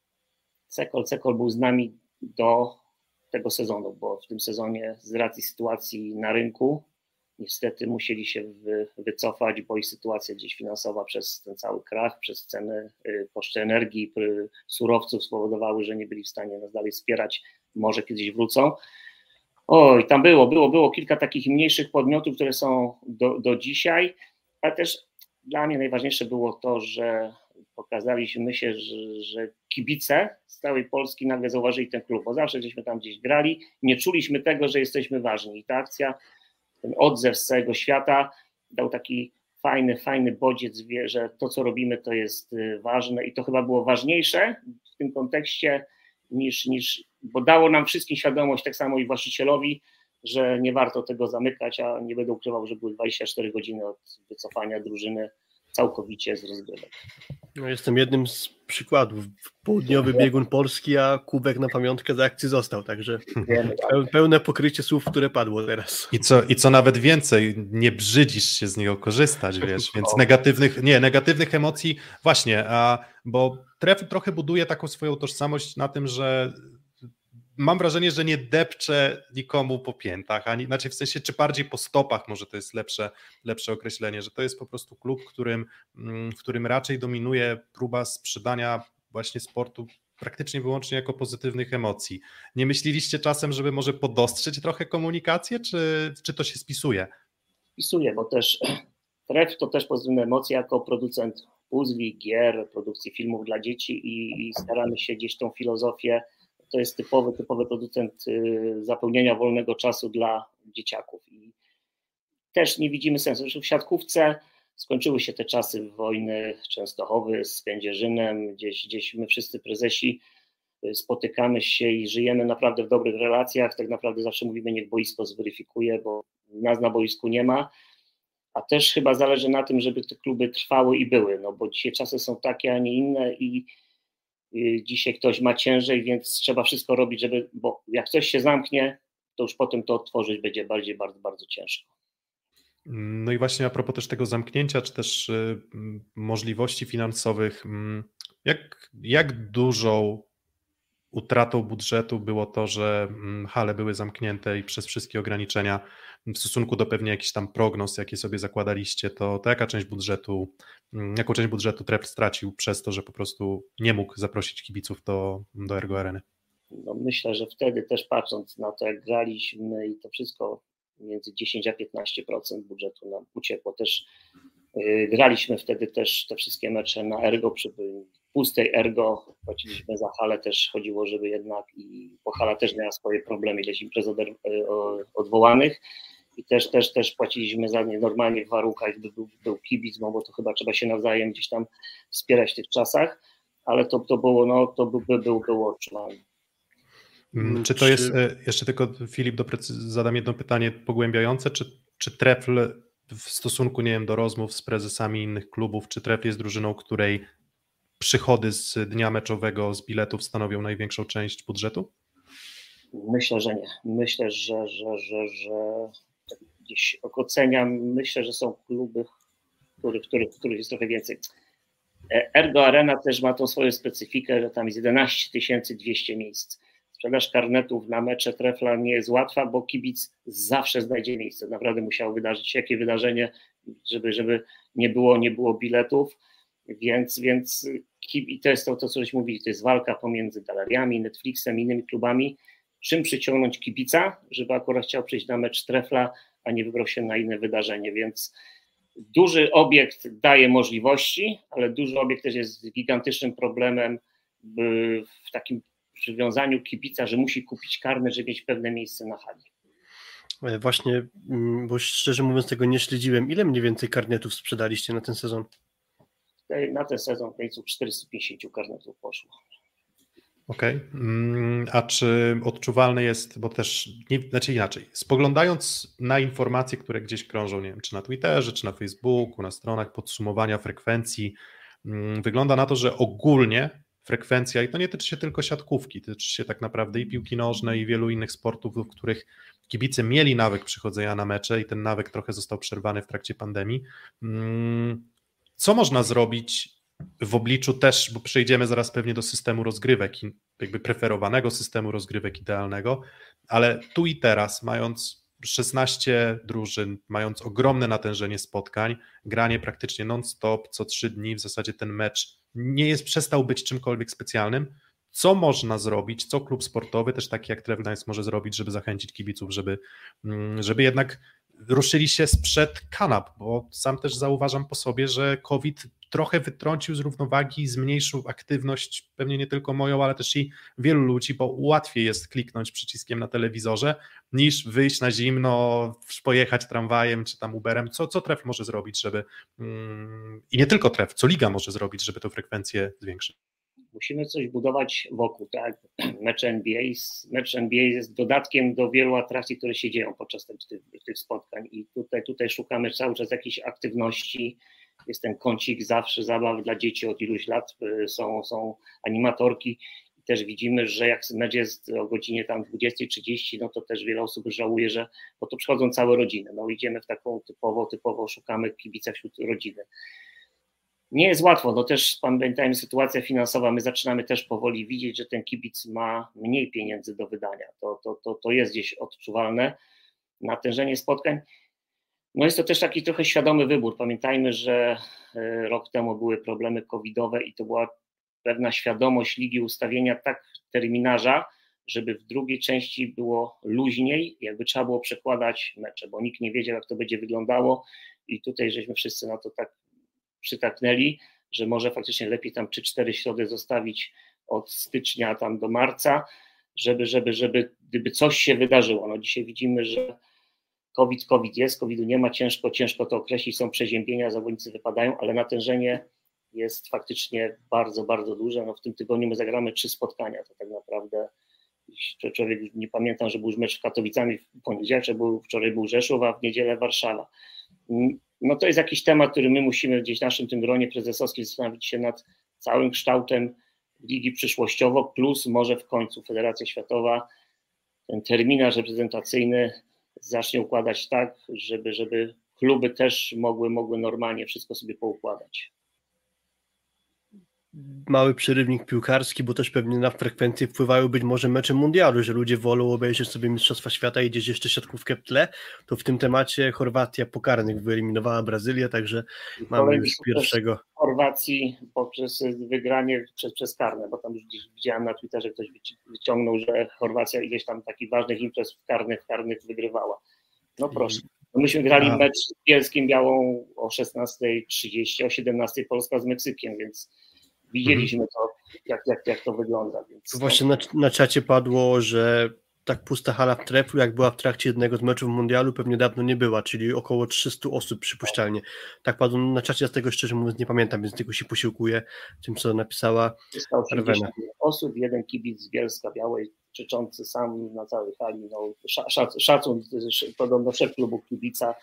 Cekol był z nami do tego sezonu, bo w tym sezonie z racji sytuacji na rynku niestety musieli się wycofać, bo ich sytuacja gdzieś finansowa przez ten cały krach, przez ceny, koszty energii, surowców spowodowały, że nie byli w stanie nas dalej wspierać, może kiedyś wrócą. Oj, tam było kilka takich mniejszych podmiotów, które są do dzisiaj, ale też dla mnie najważniejsze było to, że pokazaliśmy się, że kibice z całej Polski nagle zauważyli ten klub, bo zawsze żeśmy tam gdzieś grali, nie czuliśmy tego, że jesteśmy ważni i ta akcja, ten odzew z całego świata dał taki fajny bodziec, że to, co robimy, to jest ważne i to chyba było ważniejsze w tym kontekście niż bo dało nam wszystkim świadomość, tak samo i właścicielowi, że nie warto tego zamykać, a nie będę ukrywał, że były 24 godziny od wycofania drużyny całkowicie z rozgrywek. No, jestem jednym z przykładów. Południowy biegun Polski, a kubek na pamiątkę za akcji został, także pełne pokrycie słów, które padło teraz. I co nawet więcej, nie brzydzisz się z niego korzystać, wiesz, więc negatywnych emocji właśnie, bo Tref trochę buduje taką swoją tożsamość na tym, że mam wrażenie, że nie depcze nikomu po piętach, znaczy w sensie, czy bardziej po stopach, może to jest lepsze określenie, że to jest po prostu klub, w którym raczej dominuje próba sprzedania właśnie sportu praktycznie wyłącznie jako pozytywnych emocji. Nie myśleliście czasem, żeby może podostrzyć trochę komunikację, czy to się spisuje? Spisuje, bo też Tref to też pozytywne emocje jako producent uzwi, gier, produkcji filmów dla dzieci i staramy się gdzieś tą filozofię. To jest typowy producent zapełnienia wolnego czasu dla dzieciaków. I też nie widzimy sensu, że w siatkówce skończyły się te czasy wojny Częstochowy z Kędzierzynem, gdzieś my wszyscy prezesi spotykamy się i żyjemy naprawdę w dobrych relacjach. Tak naprawdę zawsze mówimy, niech boisko zweryfikuje, bo nas na boisku nie ma. A też chyba zależy na tym, żeby te kluby trwały i były, no bo dzisiaj czasy są takie, a nie inne i dzisiaj ktoś ma ciężej, więc trzeba wszystko robić, bo jak coś się zamknie, to już potem to otworzyć będzie bardzo, bardzo ciężko. No i właśnie a propos też tego zamknięcia, czy też możliwości finansowych, jak dużą utratą budżetu było to, że hale były zamknięte i przez wszystkie ograniczenia w stosunku do pewnie jakichś tam prognoz, jakie sobie zakładaliście, to jaką część budżetu Tref stracił przez to, że po prostu nie mógł zaprosić kibiców do Ergo Areny? No myślę, że wtedy też patrząc na to, jak graliśmy i to wszystko między 10 a 15% budżetu nam uciekło. Też graliśmy wtedy też te wszystkie mecze na Ergo, przy pustej Ergo, płaciliśmy za halę, też chodziło, żeby jednak i bo hala też miała swoje problemy, ileś imprez odwołanych i też płaciliśmy za nie normalnie w warunkach, gdy był kibic, bo to chyba trzeba się nawzajem gdzieś tam wspierać w tych czasach, ale to było, no to było odczuwalne. Czy to jest, jeszcze tylko Filip, zadam jedno pytanie pogłębiające, czy Trefl w stosunku, nie wiem, do rozmów z prezesami innych klubów, czy Trefl jest drużyną, której przychody z dnia meczowego, z biletów stanowią największą część budżetu? Myślę, że nie. Myślę, że gdzieś oceniam, myślę, że są kluby, których jest trochę więcej. Ergo Arena też ma tą swoją specyfikę, że tam jest 11 200 miejsc. Sprzedaż karnetów na mecze Trefla nie jest łatwa, bo kibic zawsze znajdzie miejsce. Naprawdę musiało wydarzyć się jakieś wydarzenie, żeby nie było biletów, więc i to jest to, co żeśmy mówili, to jest walka pomiędzy galeriami, Netflixem, innymi klubami, czym przyciągnąć kibica, żeby akurat chciał przyjść na mecz Trefla, a nie wybrał się na inne wydarzenie, więc duży obiekt daje możliwości, ale duży obiekt też jest gigantycznym problemem w takim przywiązaniu kibica, że musi kupić karnet, żeby mieć pewne miejsce na hali. Właśnie, bo szczerze mówiąc tego nie śledziłem. Ile mniej więcej karnetów sprzedaliście na ten sezon? Na ten sezon w końcu 450 karnetów poszło. Okej. A czy odczuwalne jest, bo też, znaczy inaczej, spoglądając na informacje, które gdzieś krążą, nie wiem, czy na Twitterze, czy na Facebooku, na stronach podsumowania frekwencji, wygląda na to, że ogólnie frekwencja, i to nie tyczy się tylko siatkówki, tyczy się tak naprawdę i piłki nożnej, i wielu innych sportów, w których kibice mieli nawyk przychodzenia na mecze i ten nawyk trochę został przerwany w trakcie pandemii. Co można zrobić w obliczu też, bo przejdziemy zaraz pewnie do systemu rozgrywek, jakby preferowanego systemu rozgrywek idealnego, ale tu i teraz, mając 16 drużyn, mając ogromne natężenie spotkań, granie praktycznie non-stop, co 3 dni, w zasadzie ten mecz przestał być czymkolwiek specjalnym. Co można zrobić, co klub sportowy, też taki jak Trevline może zrobić, żeby zachęcić kibiców, żeby jednak ruszyli się sprzed kanap, bo sam też zauważam po sobie, że COVID trochę wytrącił z równowagi, zmniejszył aktywność, pewnie nie tylko moją, ale też i wielu ludzi, bo łatwiej jest kliknąć przyciskiem na telewizorze, niż wyjść na zimno, pojechać tramwajem czy tam Uberem. Co Tref może zrobić, żeby i nie tylko Tref, co Liga może zrobić, żeby tę frekwencję zwiększyć? Musimy coś budować wokół, tak? Mecz NBA jest dodatkiem do wielu atrakcji, które się dzieją podczas tych spotkań i tutaj szukamy cały czas jakiejś aktywności. Jest ten kącik zawsze zabaw dla dzieci od iluś lat, są animatorki i też widzimy, że jak mecz jest o godzinie tam 20:30, no to też wiele osób żałuje, że bo to przychodzą całe rodziny, no idziemy w taką typowo szukamy kibica wśród rodziny. Nie jest łatwo, no też pamiętajmy sytuacja finansowa, my zaczynamy też powoli widzieć, że ten kibic ma mniej pieniędzy do wydania, to jest gdzieś odczuwalne, natężenie spotkań. No jest to też taki trochę świadomy wybór, pamiętajmy, że rok temu były problemy covidowe i to była pewna świadomość ligi ustawienia tak terminarza, żeby w drugiej części było luźniej, jakby trzeba było przekładać mecze, bo nikt nie wiedział, jak to będzie wyglądało i tutaj żeśmy wszyscy na to tak przytaknęli, że może faktycznie lepiej tam 3-4 środy zostawić od stycznia tam do marca, żeby gdyby coś się wydarzyło. No dzisiaj widzimy, że COVID jest, COVID-u nie ma, ciężko to określić, są przeziębienia, zawodnicy wypadają, ale natężenie jest faktycznie bardzo, bardzo duże. No w tym tygodniu my zagramy 3 spotkania, to tak naprawdę człowiek, nie pamiętam, że był już mecz w Katowicami w poniedziałek, wczoraj był Rzeszów, a w niedzielę Warszawa. No to jest jakiś temat, który my musimy gdzieś w naszym tym gronie prezesowskim zastanowić się nad całym kształtem ligi przyszłościowo, plus może w końcu Federacja Światowa ten terminarz reprezentacyjny zacznie układać tak, żeby kluby też mogły normalnie wszystko sobie poukładać. Mały przerywnik piłkarski, bo też pewnie na frekwencję wpływają być może mecze mundialu, że ludzie wolą obejrzeć sobie Mistrzostwa Świata i gdzieś jeszcze siatkówkę w tle, to w tym temacie Chorwacja po karnych wyeliminowała Brazylię, także mamy już pierwszego. W Chorwacji poprzez wygranie przez karne, bo tam już gdzieś widziałem na Twitterze, ktoś wyciągnął, że Chorwacja ileś tam takich ważnych imprez w karnych wygrywała. No proszę. Myśmy grali mecz z Bielskiem Białą o 16:30, o 17:00 Polska z Meksykiem, więc widzieliśmy to, jak to wygląda. Więc właśnie na czacie padło, że tak pusta hala w Treflu, jak była w trakcie jednego z meczów mundialu, pewnie dawno nie była, czyli około 300 osób przypuszczalnie. Tak padło na czacie, ja z tego szczerze mówiąc nie pamiętam, więc tylko się posiłkuję tym, co napisała 380 osób, jeden kibic z Bielska Białej krzyczący sam na całej hali, no szacun, podobno szef klubu kibica,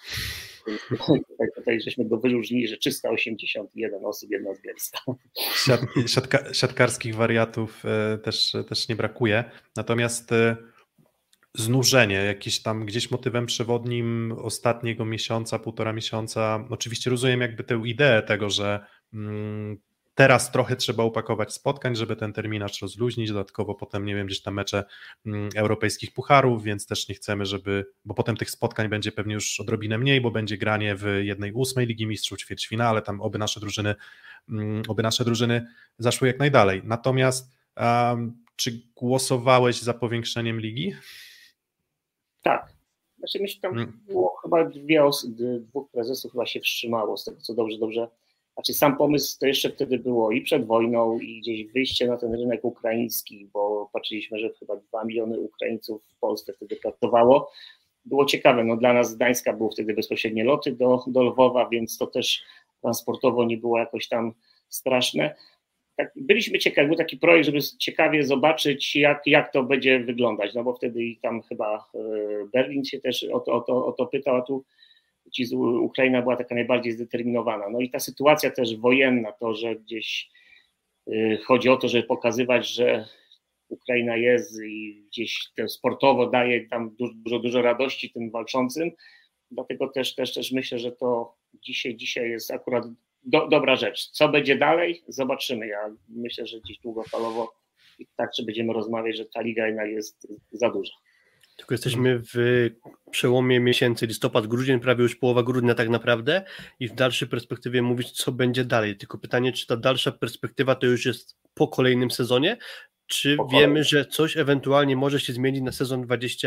tutaj żeśmy go wyróżnili, że 381 osób, jedna z Bielska. Siatkarskich wariatów też nie brakuje, natomiast znużenie, jakieś tam gdzieś motywem przewodnim ostatniego miesiąca, 1,5 miesiąca, oczywiście rozumiem jakby tę ideę tego, że teraz trochę trzeba upakować spotkań, żeby ten terminarz rozluźnić, dodatkowo potem, nie wiem, gdzieś tam mecze europejskich pucharów, więc też nie chcemy, bo potem tych spotkań będzie pewnie już odrobinę mniej, bo będzie granie w 1/8 Ligi Mistrzów, ćwierćfinale, tam oby nasze drużyny zaszły jak najdalej. Natomiast czy głosowałeś za powiększeniem ligi? Tak. Znaczy myślę, tam było chyba 2 prezesów chyba się wstrzymało z tego, co dobrze. Znaczy sam pomysł to jeszcze wtedy było i przed wojną, i gdzieś wyjście na ten rynek ukraiński, bo patrzyliśmy, że chyba 2 miliony Ukraińców w Polsce wtedy pracowało. Było ciekawe, no dla nas z Gdańska były wtedy bezpośrednie loty do Lwowa, więc to też transportowo nie było jakoś tam straszne. byliśmy ciekawi, był taki projekt, żeby ciekawie zobaczyć, jak to będzie wyglądać, no bo wtedy i tam chyba Berlin się też o to pytał, a tu Ukraina była taka najbardziej zdeterminowana. No i ta sytuacja też wojenna, to, że gdzieś chodzi o to, żeby pokazywać, że Ukraina jest i gdzieś to sportowo daje tam dużo radości tym walczącym, dlatego też myślę, że to dzisiaj jest akurat dobra rzecz. Co będzie dalej? Zobaczymy. Ja myślę, że gdzieś długofalowo i tak, czy będziemy rozmawiać, że ta liga jednak jest za duża. Tylko jesteśmy w przełomie miesięcy listopad, grudzień, prawie już połowa grudnia tak naprawdę i w dalszej perspektywie mówić, co będzie dalej. Tylko pytanie, czy ta dalsza perspektywa to już jest po kolejnym sezonie, czy wiemy, że coś ewentualnie może się zmienić na sezon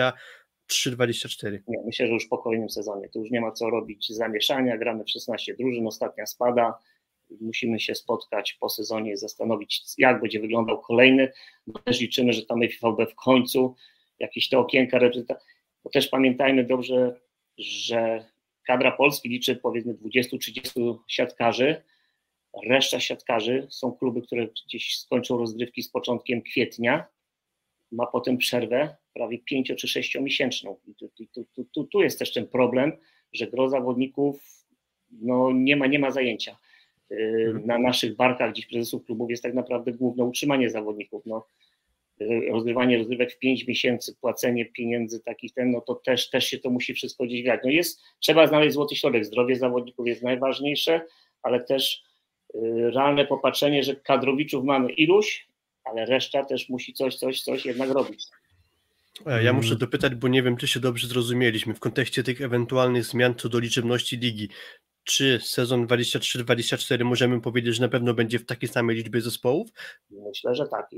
23-24? Nie, myślę, że już po kolejnym sezonie. To już nie ma co robić zamieszania, gramy w 16 drużyn, ostatnia spada. Musimy się spotkać po sezonie i zastanowić, jak będzie wyglądał kolejny, bo też liczymy, że tam FIVB w końcu jakieś te okienka reprezentacji, bo też pamiętajmy dobrze, że kadra Polski liczy powiedzmy 20-30 siatkarzy, reszta siatkarzy są kluby, które gdzieś skończą rozgrywki z początkiem kwietnia, ma potem przerwę prawie 5 czy 6 miesięczną. I tu jest też ten problem, że gro zawodników no, nie ma zajęcia. Na naszych barkach gdzieś prezesów klubów jest tak naprawdę główne utrzymanie zawodników. No, rozgrywanie rozgrywek w 5 miesięcy, płacenie pieniędzy takich no to też się to musi wszystko gdzieś grać. No trzeba znaleźć złoty środek. Zdrowie zawodników jest najważniejsze, ale też realne popatrzenie, że kadrowiczów mamy iluś, ale reszta też musi coś jednak robić. Ja muszę dopytać, bo nie wiem, czy się dobrze zrozumieliśmy. W kontekście tych ewentualnych zmian co do liczebności ligi, czy sezon 23-24 możemy powiedzieć, że na pewno będzie w takiej samej liczbie zespołów? Myślę, że tak.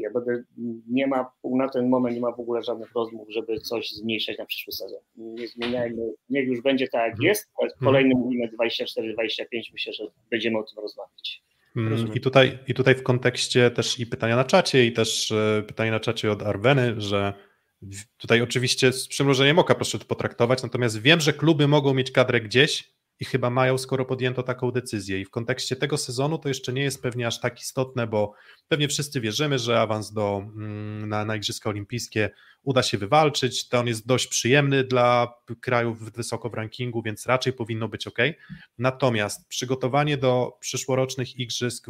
Na ten moment nie ma w ogóle żadnych rozmów, żeby coś zmniejszać na przyszły sezon. Nie zmieniajmy, niech już będzie tak jak jest, ale kolejny mówimy 24-25, myślę, że będziemy o tym rozmawiać. I tutaj w kontekście też i pytania na czacie, i też pytania na czacie od Arweny, że tutaj oczywiście z przymrużeniem oka proszę to potraktować, natomiast wiem, że kluby mogą mieć kadrę gdzieś i chyba mają, skoro podjęto taką decyzję. I w kontekście tego sezonu to jeszcze nie jest pewnie aż tak istotne, bo pewnie wszyscy wierzymy, że awans na Igrzyska Olimpijskie uda się wywalczyć. To on jest dość przyjemny dla krajów wysoko w rankingu, więc raczej powinno być ok. Natomiast przygotowanie do przyszłorocznych Igrzysk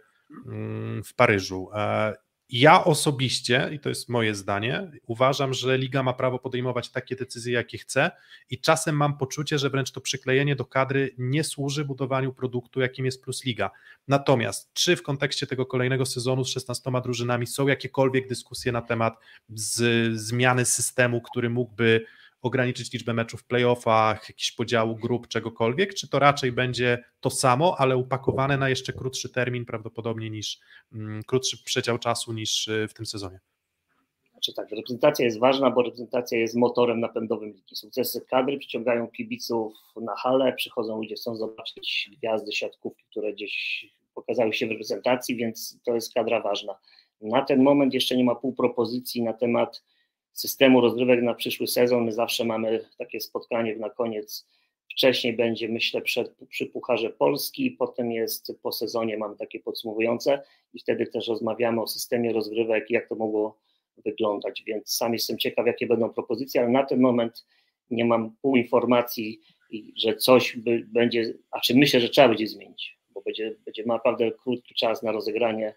w Paryżu. Ja osobiście, i to jest moje zdanie, uważam, że liga ma prawo podejmować takie decyzje, jakie chce i czasem mam poczucie, że wręcz to przyklejenie do kadry nie służy budowaniu produktu, jakim jest Plus Liga. Natomiast czy w kontekście tego kolejnego sezonu z 16 drużynami są jakiekolwiek dyskusje na temat zmiany systemu, który mógłby ograniczyć liczbę meczów w playoffach, jakiś podziału grup, czegokolwiek, czy to raczej będzie to samo, ale upakowane na jeszcze krótszy termin prawdopodobnie krótszy przedział czasu niż w tym sezonie? Znaczy tak, reprezentacja jest ważna, bo reprezentacja jest motorem napędowym ligi. Sukcesy kadry przyciągają kibiców na halę, przychodzą ludzie, chcą zobaczyć gwiazdy siatkówki, które gdzieś pokazały się w reprezentacji, więc to jest kadra ważna. Na ten moment jeszcze nie ma propozycji na temat systemu rozgrywek na przyszły sezon. My zawsze mamy takie spotkanie na koniec. Wcześniej będzie, myślę, przy Pucharze Polski, potem jest po sezonie, mamy takie podsumowujące i wtedy też rozmawiamy o systemie rozgrywek i jak to mogło wyglądać, więc sam jestem ciekaw, jakie będą propozycje, ale na ten moment nie mam pół informacji, że coś będzie, myślę, że trzeba będzie zmienić, bo będzie naprawdę krótki czas na rozegranie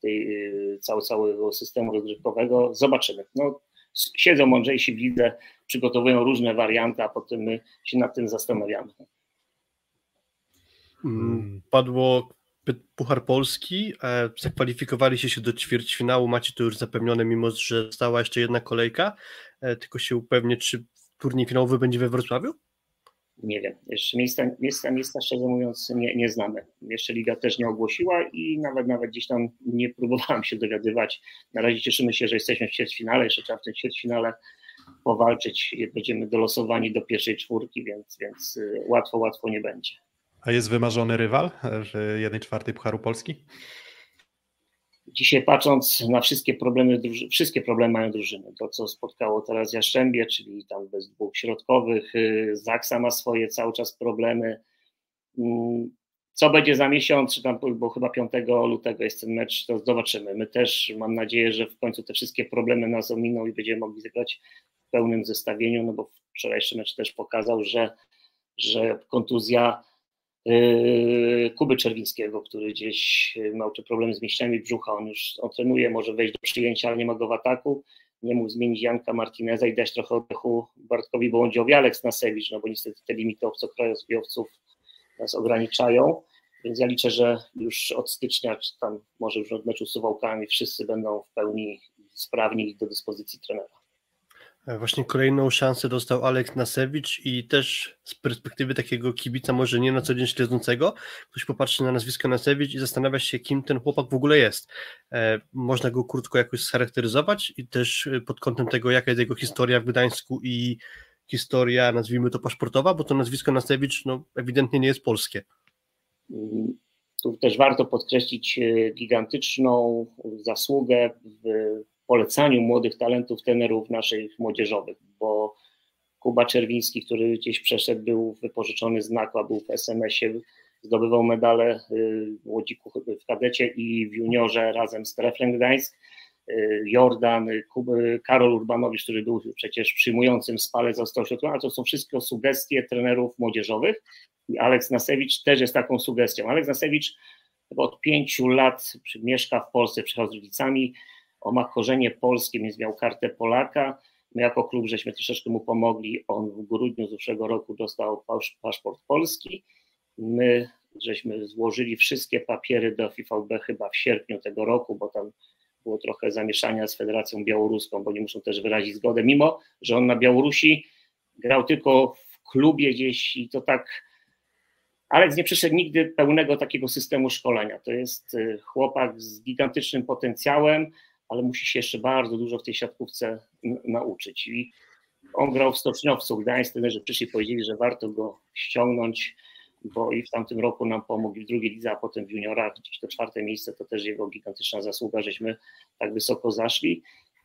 całego systemu rozgrywkowego. Zobaczymy. No, siedzą mądrzejsi w lidze, przygotowują różne warianty, a potem my się nad tym zastanawiamy. Padło Puchar Polski, zakwalifikowaliście się do ćwierćfinału, macie to już zapewnione, mimo że została jeszcze jedna kolejka, tylko się upewnię, czy turniej finałowy będzie we Wrocławiu? Nie wiem, jeszcze miejsca szczerze mówiąc nie znamy. Jeszcze liga też nie ogłosiła i nawet gdzieś tam nie próbowałem się dowiadywać. Na razie cieszymy się, że jesteśmy w ćwierćfinale, jeszcze trzeba w tym ćwierćfinale powalczyć. Będziemy dolosowani do pierwszej czwórki, więc łatwo nie będzie. A jest wymarzony rywal w 1/4 Pucharu Polski? Dzisiaj patrząc na wszystkie problemy mają drużyny. To, co spotkało teraz Jastrzębie, czyli tam bez dwóch środkowych, Zaksa ma swoje cały czas problemy. Co będzie za miesiąc, czy tam, bo chyba 5 lutego jest ten mecz, to zobaczymy. My też mam nadzieję, że w końcu te wszystkie problemy nas ominą i będziemy mogli zagrać w pełnym zestawieniu, no bo wczorajszy mecz też pokazał, że kontuzja Kuby Czerwińskiego, który gdzieś miał te problemy z mięśniami brzucha, on trenuje, może wejść do przyjęcia, ale nie ma go w ataku, nie mógł zmienić Janka Martineza i dać trochę oddechu Bartkowi Bołądziowi, Aleks Nasewicz, no bo niestety te limity obcokrajowców nas ograniczają, więc ja liczę, że już od stycznia, czy tam może już od meczu z Suwałkami wszyscy będą w pełni sprawni i do dyspozycji trenera. Właśnie kolejną szansę dostał Aleks Nasewicz i też z perspektywy takiego kibica, może nie na co dzień śledzącego, ktoś popatrzy na nazwisko Nasewicz i zastanawia się, kim ten chłopak w ogóle jest. Można go krótko jakoś scharakteryzować i też pod kątem tego, jaka jest jego historia w Gdańsku i historia, nazwijmy to, paszportowa, bo to nazwisko Nasewicz no, ewidentnie nie jest polskie. Tu też warto podkreślić gigantyczną zasługę w polecaniu młodych talentów trenerów naszych młodzieżowych, bo Kuba Czerwiński, który gdzieś przeszedł, był wypożyczony z NAKła, był w SMS-ie, zdobywał medale w Łodziku w kadecie i w juniorze razem z Treflem Gdańsk. Jordan, Karol Urbanowicz, który był przecież przyjmującym Spale, został środkowym, ale to są wszystko sugestie trenerów młodzieżowych i Aleks Nasewicz też jest taką sugestią. Aleks Nasewicz chyba od 5 lat mieszka w Polsce, przyjechał z rodzicami, on ma korzenie polskie, więc miał kartę Polaka. My jako klub żeśmy troszeczkę mu pomogli. On w grudniu zeszłego roku dostał paszport polski. My żeśmy złożyli wszystkie papiery do FIVB chyba w sierpniu tego roku, bo tam było trochę zamieszania z Federacją Białoruską, bo nie muszą też wyrazić zgodę, mimo że on na Białorusi grał tylko w klubie gdzieś i to tak. Aleks nie przyszedł nigdy pełnego takiego systemu szkolenia. To jest chłopak z gigantycznym potencjałem, ale musi się jeszcze bardzo dużo w tej siatkówce nauczyć. I on grał w Stoczniowcu Gdańsk, trenerzy przyszli i powiedzieli, że warto go ściągnąć, bo i w tamtym roku nam pomógł w drugiej lidze, a potem w juniorach, gdzieś to 4. miejsce, to też jego gigantyczna zasługa, żeśmy tak wysoko zaszli.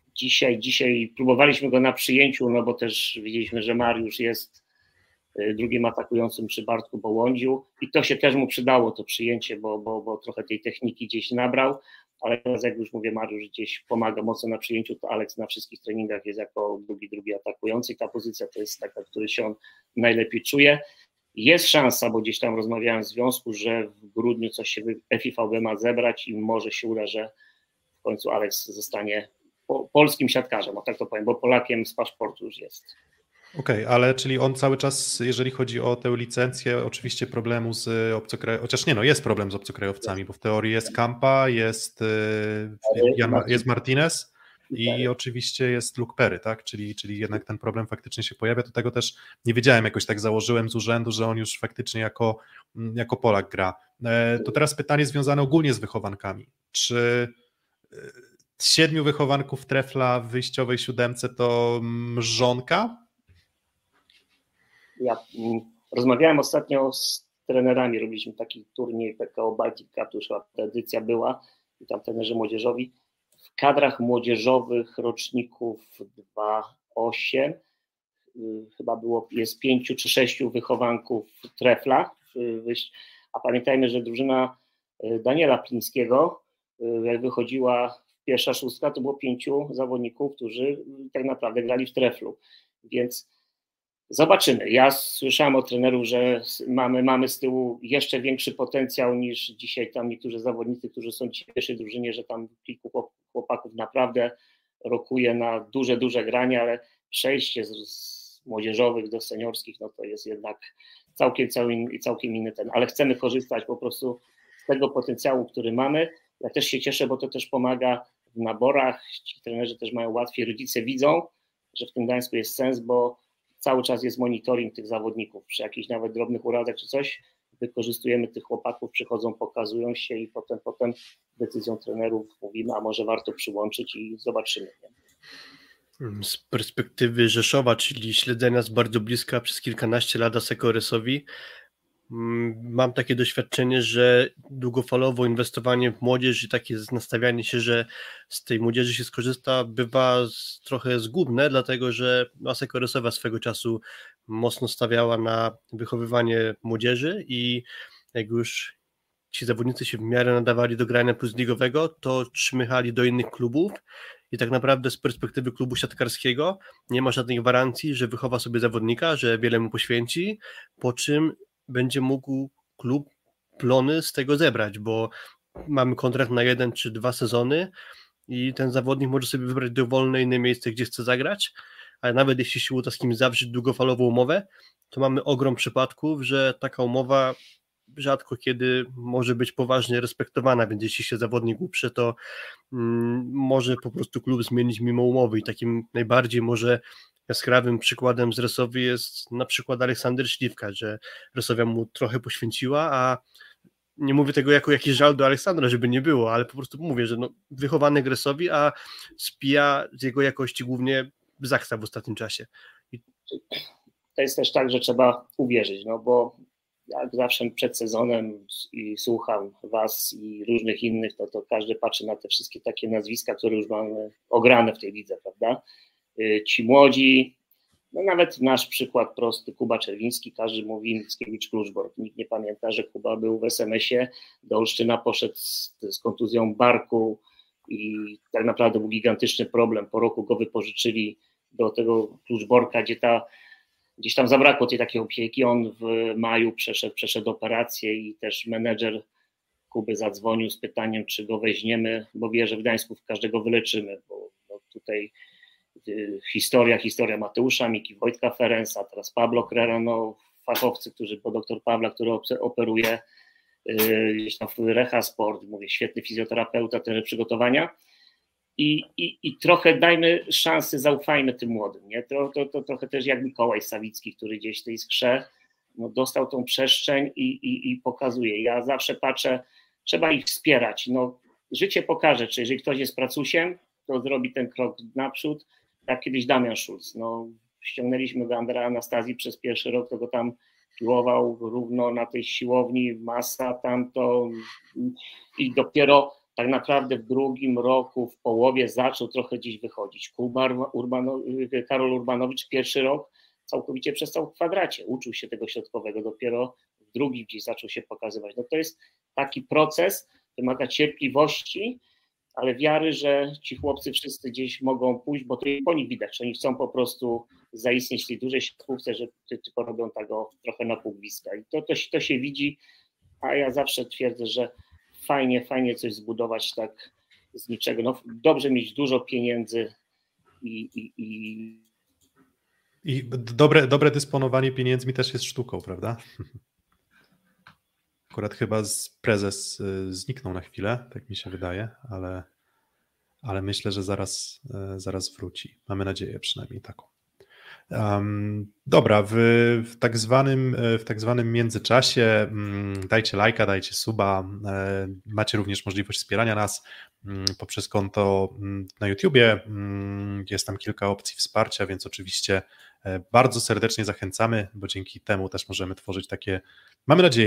Dzisiaj próbowaliśmy go na przyjęciu, no bo też widzieliśmy, że Mariusz jest drugim atakującym przy Bartku Bołądziu i to się też mu przydało, to przyjęcie, bo trochę tej techniki gdzieś nabrał, ale teraz jak już mówię, Mariusz gdzieś pomaga mocno na przyjęciu, to Aleks na wszystkich treningach jest jako drugi atakujący i ta pozycja to jest taka, w której się on najlepiej czuje. Jest szansa, bo gdzieś tam rozmawiałem w związku, że w grudniu coś się FIVB ma zebrać i może się uda, że w końcu Aleks zostanie polskim siatkarzem, o tak to powiem, bo Polakiem z paszportu już jest. Okej, ale czyli on cały czas, jeżeli chodzi o tę licencję, oczywiście problemu z obcokrajowcami, chociaż nie, no jest problem z obcokrajowcami, bo w teorii jest Kampa, jest Martinez i oczywiście jest Luke Perry, tak? Czyli jednak ten problem faktycznie się pojawia. Do tego też nie wiedziałem, jakoś tak założyłem z urzędu, że on już faktycznie jako Polak gra. To teraz pytanie związane ogólnie z wychowankami. Czy 7 wychowanków Trefla w wyjściowej 7 to mrzonka? Ja rozmawiałem ostatnio z trenerami, robiliśmy taki turniej PKO Baltic Cup, to już chyba ta edycja była i tam trenerzy młodzieżowi. W kadrach młodzieżowych roczników 2-8 chyba jest 5 czy 6 wychowanków Trefla, a pamiętajmy, że drużyna Daniela Plińskiego, jak wychodziła pierwsza 6, to było 5 zawodników, którzy tak naprawdę grali w Treflu, więc zobaczymy. Ja słyszałem od trenerów, że mamy z tyłu jeszcze większy potencjał niż dzisiaj tam niektórzy zawodnicy, którzy są w pierwszej drużynie, że tam kilku chłopaków naprawdę rokuje na duże granie, ale przejście z młodzieżowych do seniorskich, no to jest jednak całkiem inny ten. Ale chcemy korzystać po prostu z tego potencjału, który mamy. Ja też się cieszę, bo to też pomaga w naborach. Ci trenerzy też mają łatwiej, rodzice widzą, że w tym Gdańsku jest sens, bo cały czas jest monitoring tych zawodników. Przy jakichś nawet drobnych urazach czy coś, wykorzystujemy tych chłopaków, przychodzą, pokazują się i potem decyzją trenerów mówimy, a może warto przyłączyć i zobaczymy. Nie? Z perspektywy Rzeszowa, czyli śledzenia z bardzo bliska przez kilkanaście lat Asekoresowi, mam takie doświadczenie, że długofalowo inwestowanie w młodzież i takie nastawianie się, że z tej młodzieży się skorzysta, bywa trochę zgubne, dlatego że Asekoresowa swego czasu mocno stawiała na wychowywanie młodzieży i jak już ci zawodnicy się w miarę nadawali do grania plus ligowego, to czmychali do innych klubów i tak naprawdę z perspektywy klubu siatkarskiego nie ma żadnej gwarancji, że wychowa sobie zawodnika, że wiele mu poświęci, po czym będzie mógł klub plony z tego zebrać, bo mamy kontrakt na 1 czy 2 sezony i ten zawodnik może sobie wybrać dowolne inne miejsce, gdzie chce zagrać, ale nawet jeśli się uda z kimś zawrzeć długofalową umowę, to mamy ogrom przypadków, że taka umowa rzadko kiedy może być poważnie respektowana, więc jeśli się zawodnik uprze, to może po prostu klub zmienić mimo umowy i takim najbardziej może jaskrawym przykładem z Resowi jest na przykład Aleksander Śliwka, że Resowia mu trochę poświęciła, a nie mówię tego jako jakiś żal do Aleksandra, żeby nie było, ale po prostu mówię, że wychowany Resowi, a spija z jego jakości głównie Zaksa w ostatnim czasie. To jest też tak, że trzeba uwierzyć, bo jak zawsze przed sezonem i słucham was i różnych innych, to każdy patrzy na te wszystkie takie nazwiska, które już mamy ograne w tej lidze, prawda? Ci młodzi, nawet nasz przykład prosty, Kuba Czerwiński, każdy mówi Mickiewicz-Kluczbork. Nikt nie pamięta, że Kuba był w SMS-ie, do Olsztyna poszedł z kontuzją barku i tak naprawdę był gigantyczny problem. Po roku go wypożyczyli do tego Kluczborka, gdzieś tam zabrakło tej takiej opieki. On w maju przeszedł operację i też menedżer Kuby zadzwonił z pytaniem, czy go weźmiemy, bo wie, że w Gdańsku każdego wyleczymy, bo tutaj historia Mateusza, Miki Wojtka Ferenca, teraz Pablo Crera, fachowcy, bo doktor Pawła, który operuje gdzieś tam w Reha Sport, mówię, świetny fizjoterapeuta, też przygotowania i trochę dajmy szansę, zaufajmy tym młodym, nie? To trochę też jak Mikołaj Sawicki, który gdzieś w tej skrze dostał tą przestrzeń i pokazuje. Ja zawsze patrzę, trzeba ich wspierać. Życie pokaże, czy jeżeli ktoś jest pracusiem, to zrobi ten krok naprzód, tak kiedyś Damian Schulz. Ściągnęliśmy go Andrea Anastazji przez pierwszy rok, to go tam piłował równo na tej siłowni, masa tamto i dopiero tak naprawdę w drugim roku, w połowie zaczął trochę gdzieś wychodzić. Karol Urbanowicz pierwszy rok całkowicie przestał w kwadracie, uczył się tego środkowego, dopiero w drugim gdzieś zaczął się pokazywać. To jest taki proces, wymaga cierpliwości, ale wiary, że ci chłopcy wszyscy gdzieś mogą pójść, bo to i po nich widać, że oni chcą po prostu zaistnieć w tej dużej siatkówce, że tylko robią tego trochę na pół gwizdka. I to się widzi, a ja zawsze twierdzę, że fajnie coś zbudować tak z niczego. Dobrze mieć dużo pieniędzy i dobre dysponowanie pieniędzmi też jest sztuką, prawda? Akurat chyba prezes zniknął na chwilę, tak mi się wydaje, ale myślę, że zaraz wróci. Mamy nadzieję przynajmniej taką. Dobra, w tak zwanym międzyczasie dajcie lajka, dajcie suba, macie również możliwość wspierania nas poprzez konto na YouTubie, jest tam kilka opcji wsparcia, więc oczywiście bardzo serdecznie zachęcamy, bo dzięki temu też możemy tworzyć takie, mamy nadzieję,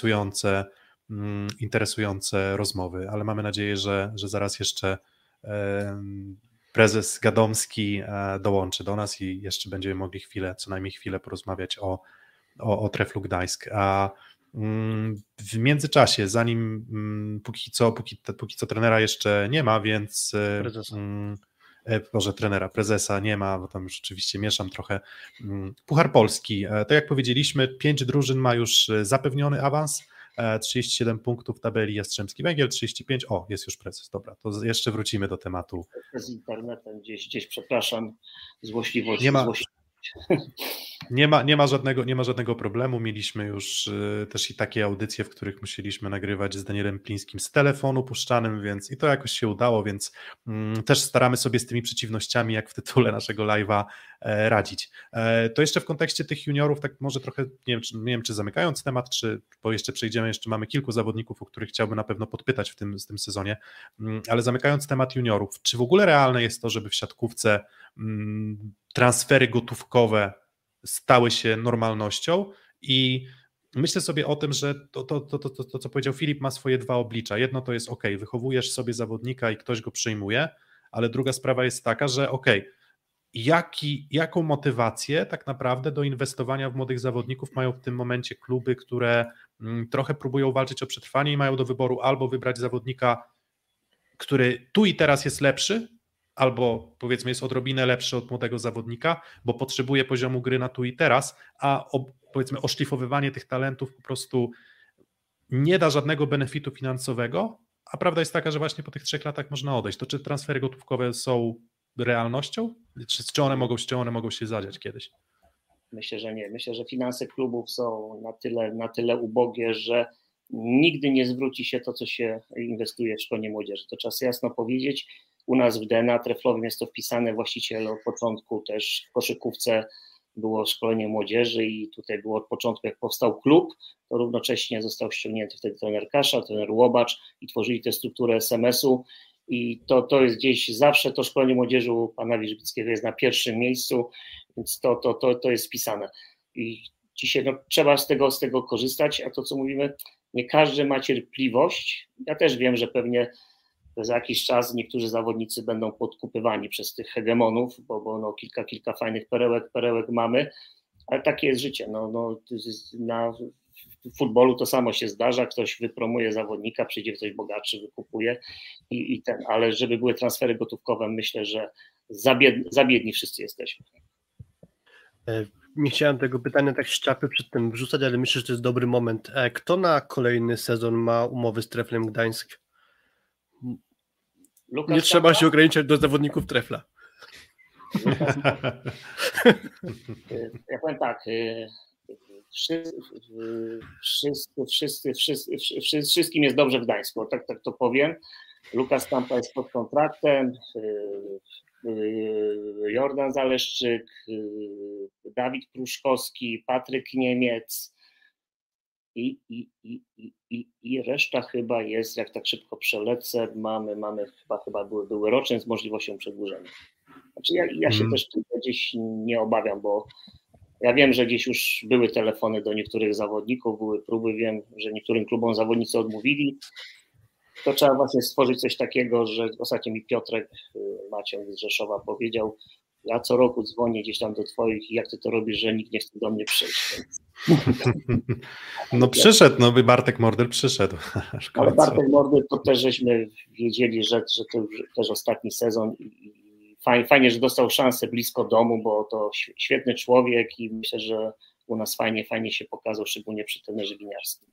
interesujące rozmowy, ale mamy nadzieję, że zaraz jeszcze prezes Gadomski dołączy do nas i jeszcze będziemy mogli co najmniej chwilę porozmawiać o Treflu Gdańsk. A w międzyczasie, zanim póki co trenera jeszcze nie ma, więc prezesa nie ma, bo tam już oczywiście mieszam trochę. Puchar Polski, to jak powiedzieliśmy, 5 drużyn ma już zapewniony awans, 37 punktów w tabeli Jastrzębski Węgiel, 35, jest już prezes, dobra, to jeszcze wrócimy do tematu. Z internetem gdzieś przepraszam, złośliwość. Nie ma żadnego problemu, mieliśmy już też i takie audycje, w których musieliśmy nagrywać z Danielem Plińskim z telefonu puszczanym, więc i to jakoś się udało, więc też staramy sobie z tymi przeciwnościami, jak w tytule naszego live'a, radzić. To jeszcze w kontekście tych juniorów, tak może trochę, nie wiem czy zamykając temat, bo jeszcze przejdziemy, jeszcze mamy kilku zawodników, o których chciałbym na pewno podpytać w tym sezonie, ale zamykając temat juniorów, czy w ogóle realne jest to, żeby w siatkówce transfery gotówkowe stały się normalnością? I myślę sobie o tym, że to co powiedział Filip, ma swoje dwa oblicza. Jedno to jest wychowujesz sobie zawodnika i ktoś go przyjmuje, ale druga sprawa jest taka, że jaką motywację tak naprawdę do inwestowania w młodych zawodników mają w tym momencie kluby, które trochę próbują walczyć o przetrwanie i mają do wyboru albo wybrać zawodnika, który tu i teraz jest lepszy, albo powiedzmy jest odrobinę lepszy od młodego zawodnika, bo potrzebuje poziomu gry na tu i teraz, a powiedzmy oszlifowywanie tych talentów po prostu nie da żadnego benefitu finansowego, a prawda jest taka, że właśnie po tych 3 latach można odejść. To czy transfery gotówkowe są realnością? Czy one mogą się zadziać kiedyś? Myślę, że nie. Myślę, że finanse klubów są na tyle ubogie, że nigdy nie zwróci się to, co się inwestuje w szkolenie młodzieży. To trzeba sobie jasno powiedzieć. U nas w DNA treflowym jest to wpisane, właściciel od początku też w koszykówce było szkolenie młodzieży i tutaj było od początku, jak powstał klub, to równocześnie został ściągnięty wtedy trener Kasza, trener Łobacz i tworzyli tę strukturę SMS-u i to jest gdzieś zawsze to szkolenie młodzieży u pana Wierzbickiego jest na pierwszym miejscu, więc to jest wpisane. I dzisiaj trzeba z tego korzystać, a to co mówimy, nie każdy ma cierpliwość. Ja też wiem, że pewnie za jakiś czas niektórzy zawodnicy będą podkupywani przez tych hegemonów, bo kilka fajnych perełek mamy, ale takie jest życie. W futbolu to samo się zdarza, ktoś wypromuje zawodnika, przyjdzie ktoś bogatszy, wykupuje ale żeby były transfery gotówkowe, myślę, że za biedni wszyscy jesteśmy. Nie chciałem tego pytania tak z czapy przed tym wrzucać, ale myślę, że to jest dobry moment. Kto na kolejny sezon ma umowy z Treflem Gdańsk? Lukas nie trzeba się ograniczać do zawodników Trefla. Ja powiem tak, wszystkim jest dobrze w Gdańsku, tak to powiem. Lukas Tampa jest pod kontraktem, Jordan Zaleszczyk, Dawid Pruszkowski, Patryk Niemiec i reszta chyba jest, jak tak szybko przelecę, mamy chyba były roczne z możliwością przedłużenia. Znaczy ja się też gdzieś nie obawiam, bo ja wiem, że gdzieś już były telefony do niektórych zawodników, były próby, wiem, że niektórym klubom zawodnicy odmówili. To trzeba właśnie stworzyć coś takiego, że ostatnio mi Piotrek Maciąg z Rzeszowa powiedział, ja co roku dzwonię gdzieś tam do twoich i jak ty to robisz, że nikt nie chce do mnie przyjść. No przyszedł, Bartek Mordyl przyszedł. Ale Bartek Mordyl to też żeśmy wiedzieli, że to już też ostatni sezon i fajnie, że dostał szansę blisko domu, bo to świetny człowiek i myślę, że u nas fajnie się pokazał, szczególnie przy trenerze winiarskim.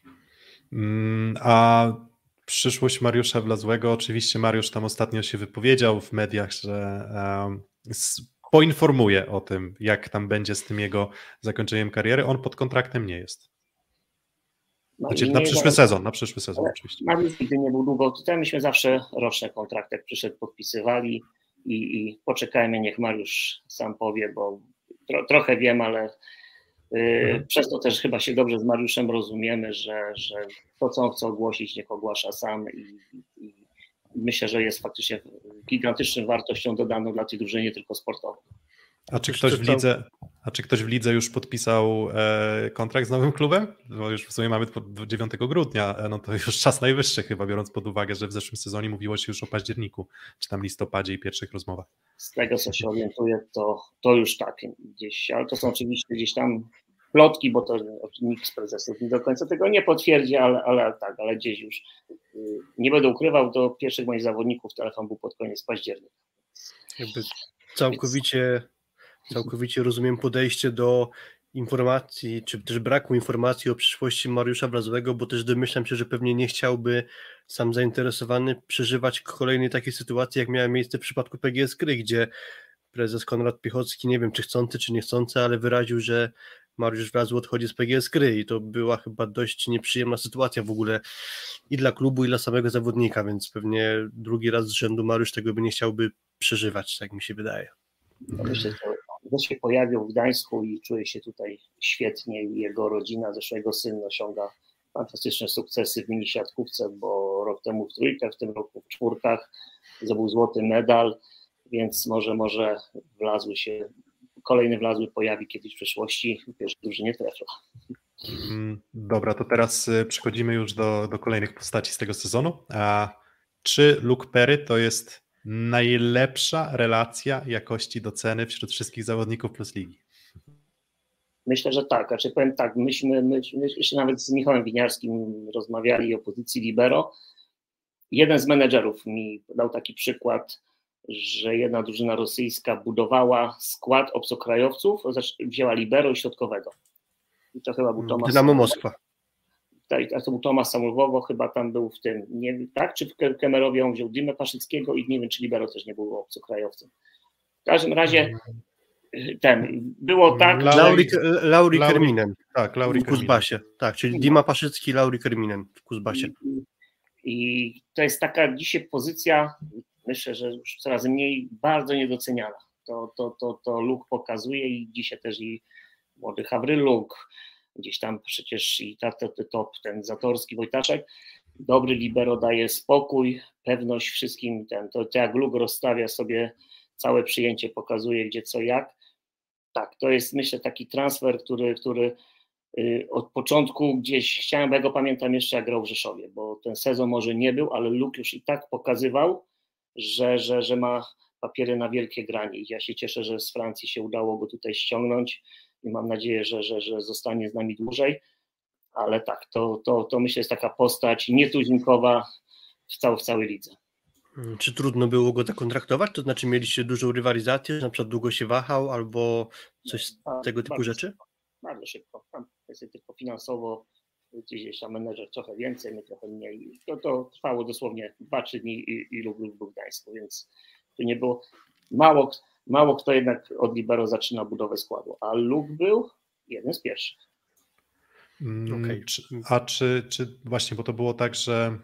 A przyszłość Mariusza Wlazłego, oczywiście Mariusz tam ostatnio się wypowiedział w mediach, że poinformuje o tym, jak tam będzie z tym jego zakończeniem kariery. On pod kontraktem nie jest. Znaczy, na przyszły sezon oczywiście. Mariusz nigdy nie był długo tutaj, myśmy zawsze roczne kontrakty, jak przyszedł, podpisywali i poczekajmy, niech Mariusz sam powie, bo trochę wiem, ale przez to też chyba się dobrze z Mariuszem rozumiemy, że to, co on chce ogłosić, niech ogłasza sam i myślę, że jest faktycznie gigantyczną wartością dodaną dla tej drużyny, nie tylko sportowej. A czy ktoś w lidze już podpisał kontrakt z nowym klubem? Bo już w sumie mamy 9 grudnia, no to już czas najwyższy chyba, biorąc pod uwagę, że w zeszłym sezonie mówiło się już o październiku, czy tam listopadzie i pierwszych rozmowach. Z tego, co się orientuję, to już tak gdzieś, ale to są oczywiście gdzieś tam plotki, bo to nikt z prezesów nie do końca tego nie potwierdzi, ale gdzieś już nie będę ukrywał, do pierwszych moich zawodników telefon był pod koniec października. Jakby całkowicie rozumiem podejście do informacji, czy też braku informacji o przyszłości Mariusza Wlazłego, bo też domyślam się, że pewnie nie chciałby sam zainteresowany przeżywać kolejnej takiej sytuacji, jak miała miejsce w przypadku PGS Gry, gdzie prezes Konrad Piechocki, nie wiem czy chcący, czy niechcący, ale wyraził, że Mariusz Wlazły odchodzi z PGS Gry i to była chyba dość nieprzyjemna sytuacja w ogóle i dla klubu, i dla samego zawodnika, więc pewnie drugi raz z rzędu Mariusz tego by nie chciałby przeżywać, tak mi się wydaje. No myślę, że się pojawił w Gdańsku i czuje się tutaj świetnie i jego rodzina, zresztą jego syn osiąga fantastyczne sukcesy w mini siatkówce, bo rok temu w trójkach, w tym roku w czwórkach zdobył złoty medal, więc może kolejny Wlazły pojawi kiedyś w przyszłości w pierwszej drużynie Trefla. Dobra, to teraz przechodzimy już do kolejnych postaci z tego sezonu. A czy Luke Perry to jest najlepsza relacja jakości do ceny wśród wszystkich zawodników plus ligi? Myślę, że tak. Znaczy powiem tak, myśmy jeszcze nawet z Michałem Winiarskim rozmawiali o pozycji libero. Jeden z menedżerów mi dał taki przykład, że jedna drużyna rosyjska budowała skład obcokrajowców, wzięła libero i środkowego. I to chyba był Tomasz. Dynamo Moskwa. Tak, to był Tomasz Samowowo, chyba tam był w tym, nie, tak? Czy w Kemerowie on wziął Dymę Paszyckiego i nie wiem, czy libero też nie było obcokrajowcem. W każdym razie było tak... Lauri Kerminen. Tak, Lauri w Kuzbasie. Tak, czyli Dima Paszycki, Lauri Kerminen w Kuzbasie. I to jest taka dzisiaj pozycja, myślę, że już coraz mniej bardzo niedoceniana. To Luke pokazuje i dzisiaj też i młody Hawryluk, gdzieś tam przecież i top ten Zatorski, Wojtaszek. Dobry libero daje spokój, pewność wszystkim. To jak Luke rozstawia sobie całe przyjęcie, pokazuje gdzie co jak. Tak, to jest myślę taki transfer, który od początku gdzieś chciałem, bo ja go pamiętam jeszcze jak grał w Rzeszowie, bo ten sezon może nie był, ale Luke już i tak pokazywał, że ma papiery na wielkie granie. I ja się cieszę, że z Francji się udało go tutaj ściągnąć i mam nadzieję, że zostanie z nami dłużej, ale tak, to myślę jest taka postać nietuzinkowa w całej lidze. Czy trudno było go zakontraktować? To znaczy mieliście dużą rywalizację, na przykład długo się wahał albo coś z tego typu rzeczy? Bardzo szybko. Tam jest tylko finansowo gdzieś tam menedżer trochę więcej, my trochę mniej. To trwało dosłownie 2-3 dni i Luke był w Gdańsku, więc tu nie było mało kto jednak od libero zaczyna budowę składu, a Luke był jeden z pierwszych. Okay. Czy właśnie, bo to było tak, że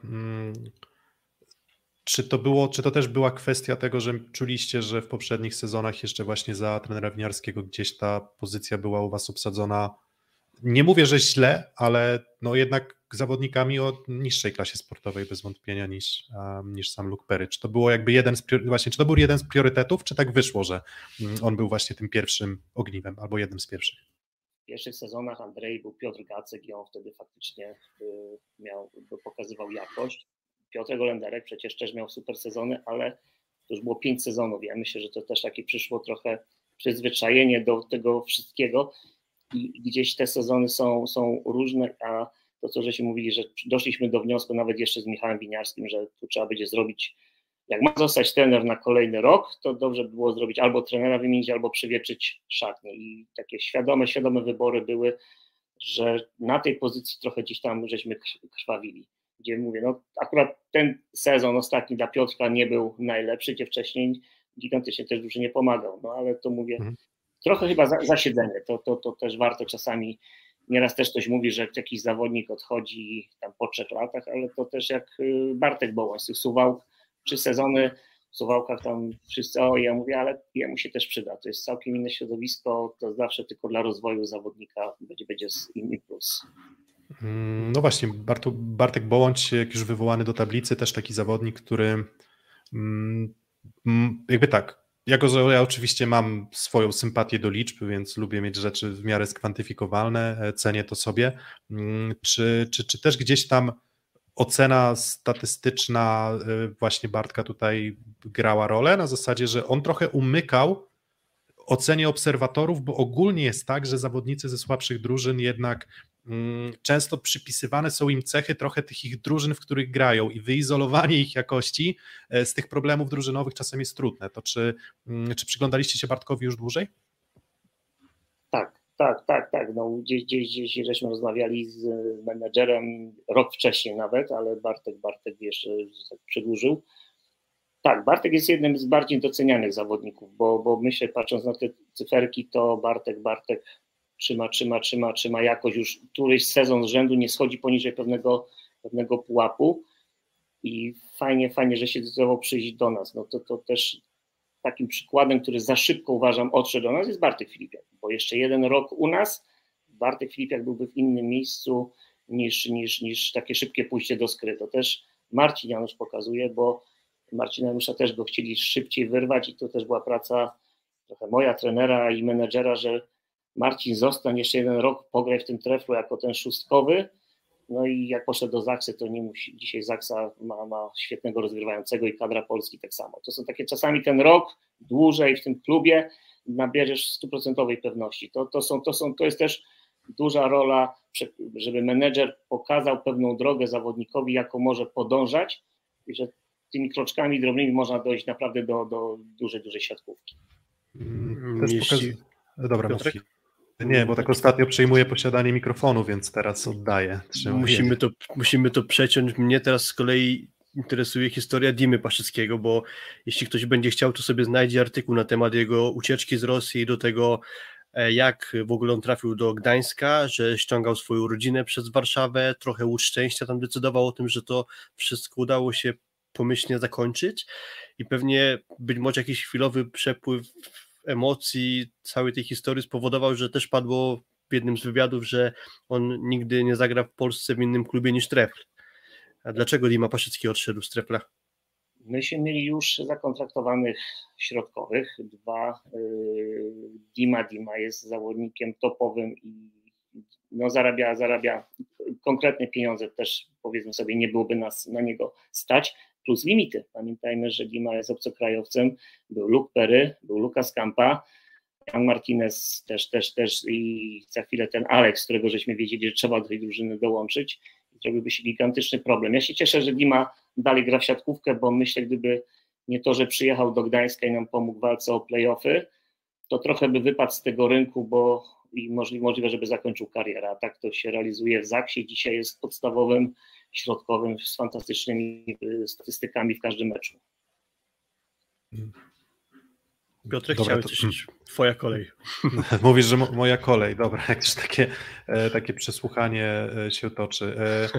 czy to też była kwestia tego, że czuliście, że w poprzednich sezonach jeszcze właśnie za trenera Winiarskiego gdzieś ta pozycja była u was obsadzona, nie mówię, że źle, ale no jednak zawodnikami o niższej klasie sportowej bez wątpienia niż sam Luke Perry. Czy to było jakby czy to był jeden z priorytetów, czy tak wyszło, że on był właśnie tym pierwszym ogniwem albo jednym z pierwszych? W pierwszych sezonach Andrzej był Piotr Gacek i on wtedy faktycznie pokazywał jakość. Piotr Golenderek przecież też miał super sezony, ale to już było 5 sezonów. Ja myślę, że to też takie przyszło trochę przyzwyczajenie do tego wszystkiego i gdzieś te sezony są różne, a to co żeście mówili, że doszliśmy do wniosku nawet jeszcze z Michałem Winiarskim, że tu trzeba będzie zrobić, jak ma zostać trener na kolejny rok, to dobrze by było zrobić albo trenera wymienić, albo przywietrzyć szatnię i takie świadome wybory były, że na tej pozycji trochę gdzieś tam żeśmy krwawili. Gdzie mówię, no akurat ten sezon ostatni dla Piotrka nie był najlepszy, gdzie wcześniej gigantycznie też dużo nie pomagał, no ale to mówię, trochę chyba zasiedzenie, to też warto czasami, nieraz też ktoś mówi, że jakiś zawodnik odchodzi tam po 3 latach, ale to też jak Bartek Bołoń z tych Suwałk, 3 sezony w Suwałkach tam wszyscy, ja mówię, ale jemu się też przyda, to jest całkiem inne środowisko, to zawsze tylko dla rozwoju zawodnika będzie inny plus. No właśnie, Bartek Bołądź, jak już wywołany do tablicy, też taki zawodnik, który jakby tak, ja oczywiście mam swoją sympatię do liczb, więc lubię mieć rzeczy w miarę skwantyfikowalne, cenię to sobie. Czy też gdzieś tam ocena statystyczna właśnie Bartka tutaj grała rolę, na zasadzie, że on trochę umykał ocenie obserwatorów, bo ogólnie jest tak, że zawodnicy ze słabszych drużyn jednak często przypisywane są im cechy trochę tych ich drużyn, w których grają i wyizolowanie ich jakości z tych problemów drużynowych czasem jest trudne. To czy przyglądaliście się Bartkowi już dłużej? Tak. No, gdzieś żeśmy rozmawiali z menedżerem rok wcześniej nawet, ale Bartek jeszcze tak przedłużył. Tak, Bartek jest jednym z bardziej docenianych zawodników, bo myślę, patrząc na te cyferki, to Bartek trzyma jakoś już któryś sezon z rzędu, nie schodzi poniżej pewnego pułapu i fajnie, że się zdecydował przyjść do nas. No to też takim przykładem, który za szybko uważam odszedł do nas, jest Bartek Filipiak, bo jeszcze 1 rok u nas Bartek Filipiak byłby w innym miejscu niż takie szybkie pójście do skry. To też Marcin Janusz pokazuje, bo Marcina Janusza też go chcieli szybciej wyrwać i to też była praca trochę moja, trenera i menedżera, że Marcin zostań jeszcze 1 rok, pograj w tym treflu jako ten szóstkowy No i jak poszedł do Zaksy, to nie musi. Dzisiaj Zaksa ma świetnego rozgrywającego i kadra Polski tak samo. To są takie czasami ten rok dłużej w tym klubie nabierzesz 100% pewności. To jest też duża rola, żeby menedżer pokazał pewną drogę zawodnikowi, jaką może podążać i że tymi kroczkami drobnymi można dojść naprawdę do dużej siatkówki. Dobra, nie, bo tak ostatnio przejmuję posiadanie mikrofonu, więc teraz oddaję. Musimy to przeciąć. Mnie teraz z kolei interesuje historia Dimy Paszyckiego, bo jeśli ktoś będzie chciał, to sobie znajdzie artykuł na temat jego ucieczki z Rosji i do tego, jak w ogóle on trafił do Gdańska, że ściągał swoją rodzinę przez Warszawę, trochę łód szczęścia tam decydował o tym, że to wszystko udało się pomyślnie zakończyć i pewnie być może jakiś chwilowy przepływ emocji całej tej historii spowodował, że też padło w jednym z wywiadów, że on nigdy nie zagra w Polsce w innym klubie niż Trefl. A dlaczego Dima Paszycki odszedł z Trefla? Myśmy mieli już zakontraktowanych środkowych. Dima jest zawodnikiem topowym i no zarabia konkretne pieniądze, też powiedzmy sobie, nie byłoby nas na niego stać, plus limity. Pamiętajmy, że Dima jest obcokrajowcem, był Luke Perry, był Lucas Campa, Jan Martinez też i za chwilę ten Alex, którego żeśmy wiedzieli, że trzeba do tej drużyny dołączyć. Zrobiłby się gigantyczny problem. Ja się cieszę, że Dima dalej gra w siatkówkę, bo myślę, gdyby nie to, że przyjechał do Gdańska i nam pomógł w walce o play-offy, to trochę by wypadł z tego rynku, bo i możliwe, żeby zakończył karierę. A tak to się realizuje w Zaksie. Dzisiaj jest podstawowym, środkowym, z fantastycznymi statystykami w każdym meczu. Piotrek, chciałeś coś, twoja kolej. Mówisz, że moja kolej, dobra, jak już takie przesłuchanie się toczy.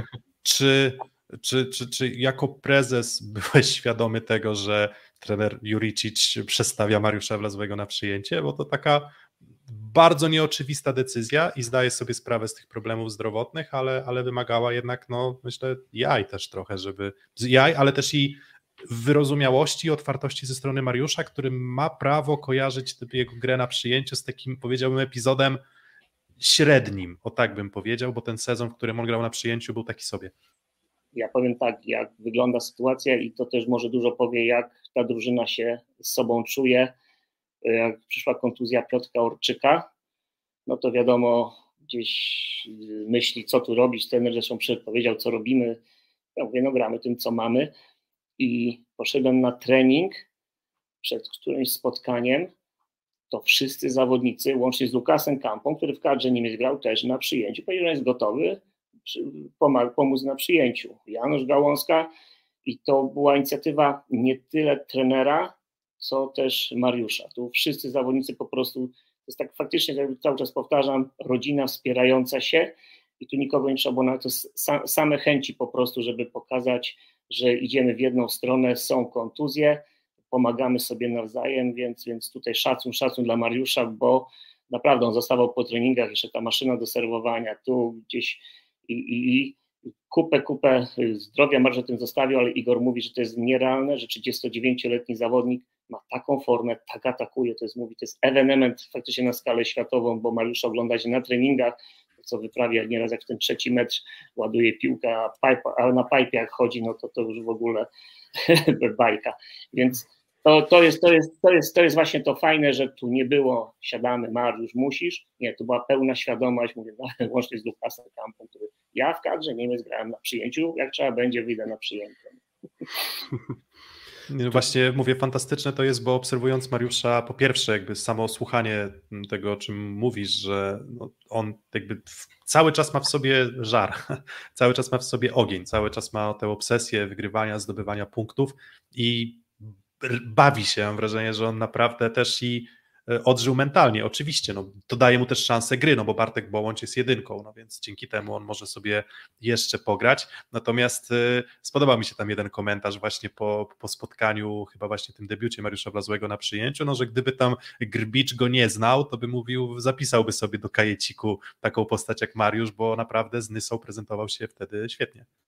Czy jako prezes byłeś świadomy tego, że trener Juricic przestawia Mariusza Wlazłego na przyjęcie? Bo to taka bardzo nieoczywista decyzja i zdaję sobie sprawę z tych problemów zdrowotnych, ale wymagała jednak, no myślę, jaj też trochę, ale też i wyrozumiałości i otwartości ze strony Mariusza, który ma prawo kojarzyć jego grę na przyjęciu z takim, powiedziałbym, epizodem średnim, o tak bym powiedział, bo ten sezon, w którym on grał na przyjęciu, był taki sobie. Ja powiem tak, jak wygląda sytuacja i to też może dużo powie, jak ta drużyna się z sobą czuje. Jak przyszła kontuzja Piotrka Orczyka, no to wiadomo, gdzieś myśli, co tu robić. Trener zresztą powiedział, co robimy. Ja mówię, no gramy tym, co mamy. I poszedłem na trening przed którymś spotkaniem, to wszyscy zawodnicy, łącznie z Lukasem Campą, który w kadrze Niemiec grał też na przyjęciu, powiedział, że jest gotowy pomóc na przyjęciu. Janusz Gałązka i to była inicjatywa nie tyle trenera, co też Mariusza. Tu wszyscy zawodnicy po prostu, to jest tak faktycznie, jak cały czas powtarzam, rodzina wspierająca się i tu nikogo nie trzeba było, na to same chęci po prostu, żeby pokazać, że idziemy w jedną stronę, są kontuzje, pomagamy sobie nawzajem, więc tutaj szacun dla Mariusza, bo naprawdę on zostawał po treningach, jeszcze ta maszyna do serwowania, tu gdzieś i kupę zdrowia Mariusz o tym zostawił, ale Igor mówi, że to jest nierealne, że 39-letni zawodnik ma taką formę, tak atakuje, to jest ewenement faktycznie na skalę światową, bo Mariusz ogląda się na treningach, co wyprawia nieraz jak w ten trzeci mecz ładuje piłkę, a na pipe jak chodzi, no to już w ogóle bajka. Więc to jest właśnie to fajne, że tu nie było siadamy, Mariusz, musisz. Nie, to była pełna świadomość, mówię, łącznie z Lukasem Campą, który ja w kadrze Niemiec grałem na przyjęciu, jak trzeba będzie, wyjdę na przyjęcie. No właśnie mówię, fantastyczne to jest, bo obserwując Mariusza, po pierwsze jakby samo słuchanie tego, o czym mówisz, że on jakby cały czas ma w sobie żar, cały czas ma w sobie ogień, cały czas ma tę obsesję wygrywania, zdobywania punktów i bawi się, mam wrażenie, że on naprawdę też i odżył mentalnie, oczywiście, no, to daje mu też szansę gry, no bo Bartek Bołądź jest jedynką, no więc dzięki temu on może sobie jeszcze pograć, natomiast spodobał mi się tam jeden komentarz właśnie po spotkaniu, chyba właśnie tym debiucie Mariusza Wlazłego na przyjęciu, no że gdyby tam Grbicz go nie znał, to by mówił, zapisałby sobie do kajeciku taką postać jak Mariusz, bo naprawdę z Nysą prezentował się wtedy świetnie.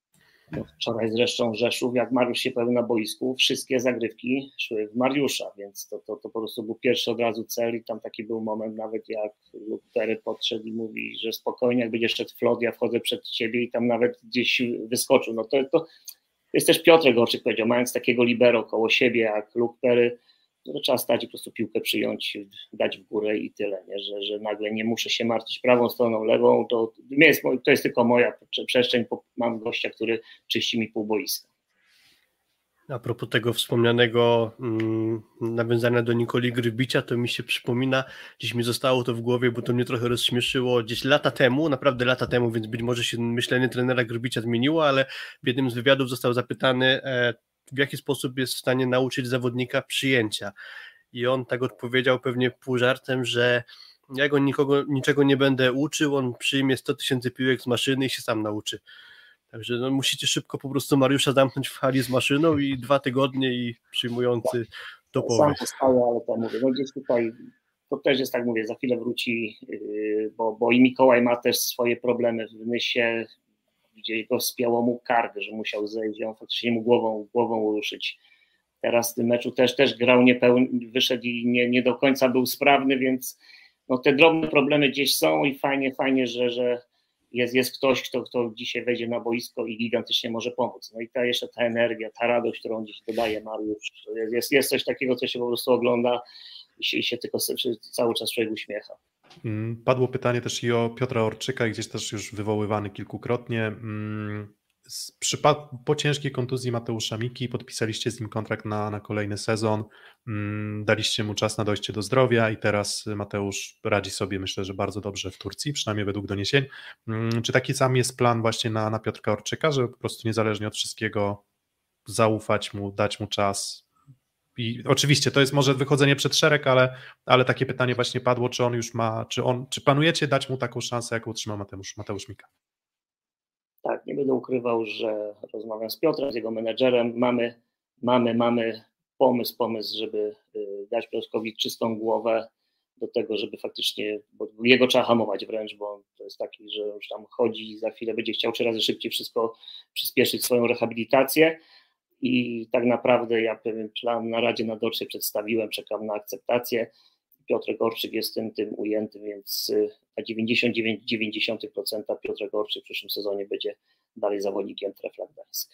No, wczoraj zresztą Rzeszów, jak Mariusz się pojawił na boisku, wszystkie zagrywki szły w Mariusza, więc to po prostu był pierwszy od razu cel i tam taki był moment nawet jak Luke Perry podszedł i mówi, że spokojnie, jak będzie szedł Flot, ja wchodzę przed ciebie i tam nawet gdzieś wyskoczył. No to jest też Piotrek Orczyk powiedział, mając takiego libero koło siebie jak Luke Perry, no to trzeba stać i po prostu piłkę przyjąć, dać w górę i tyle, nie? Że nagle nie muszę się martwić prawą stroną, lewą, to jest tylko moja przestrzeń, mam gościa, który czyści mi pół boiska. A propos tego wspomnianego nawiązania do Nikoli Grybicia, to mi się przypomina, gdzieś mi zostało to w głowie, bo to mnie trochę rozśmieszyło gdzieś lata temu, naprawdę lata temu, więc być może się myślenie trenera Grybicia zmieniło, ale w jednym z wywiadów został zapytany, w jaki sposób jest w stanie nauczyć zawodnika przyjęcia. I on tak odpowiedział pewnie pół żartem, że ja go niczego nie będę uczył, on przyjmie 100 000 piłek z maszyny i się sam nauczy. Także no, musicie szybko po prostu Mariusza zamknąć w hali z maszyną i 2 tygodnie i przyjmujący topowy. Sam postaję, ale to mówię, no gdzieś tutaj to też jest tak, mówię, za chwilę wróci, bo i Mikołaj ma też swoje problemy w Nysie, gdzieś go spiało mu kark, że musiał zejść, on faktycznie mu głową ruszyć. Teraz w tym meczu też grał niepełny, wyszedł i nie do końca był sprawny, więc no, te drobne problemy gdzieś są i fajnie, że jest ktoś, kto dzisiaj wejdzie na boisko i gigantycznie może pomóc. No i jeszcze ta energia, ta radość, którą dziś dodaje Mariusz, jest coś takiego, co się po prostu ogląda i się tylko cały czas człowiek uśmiecha. Padło pytanie też i o Piotra Orczyka, gdzieś też już wywoływany kilkukrotnie. Po ciężkiej kontuzji Mateusza Miki podpisaliście z nim kontrakt na kolejny sezon, daliście mu czas na dojście do zdrowia i teraz Mateusz radzi sobie, myślę, że bardzo dobrze w Turcji, przynajmniej według doniesień. Czy taki sam jest plan właśnie na Piotrka Orczyka, że po prostu niezależnie od wszystkiego zaufać mu, dać mu czas? I oczywiście to jest może wychodzenie przed szereg, ale takie pytanie właśnie padło, czy on już ma, czy planujecie dać mu taką szansę, jaką otrzymał Mateusz Mika? Tak, nie będę ukrywał, że rozmawiam z Piotrem, z jego menedżerem, mamy pomysł, żeby dać Piotrkowi czystą głowę do tego, żeby faktycznie, bo jego trzeba hamować wręcz, bo on to jest taki, że już tam chodzi i za chwilę będzie chciał 3 razy szybciej wszystko przyspieszyć swoją rehabilitację i tak naprawdę ja pewien plan na Radzie Nadzorczej przedstawiłem, czekam na akceptację. Piotrek Orczyk jest tym ujęty, więc na 99,9% Piotrek Orczyk w przyszłym sezonie będzie dalej zawodnikiem Trefla Gdańsk.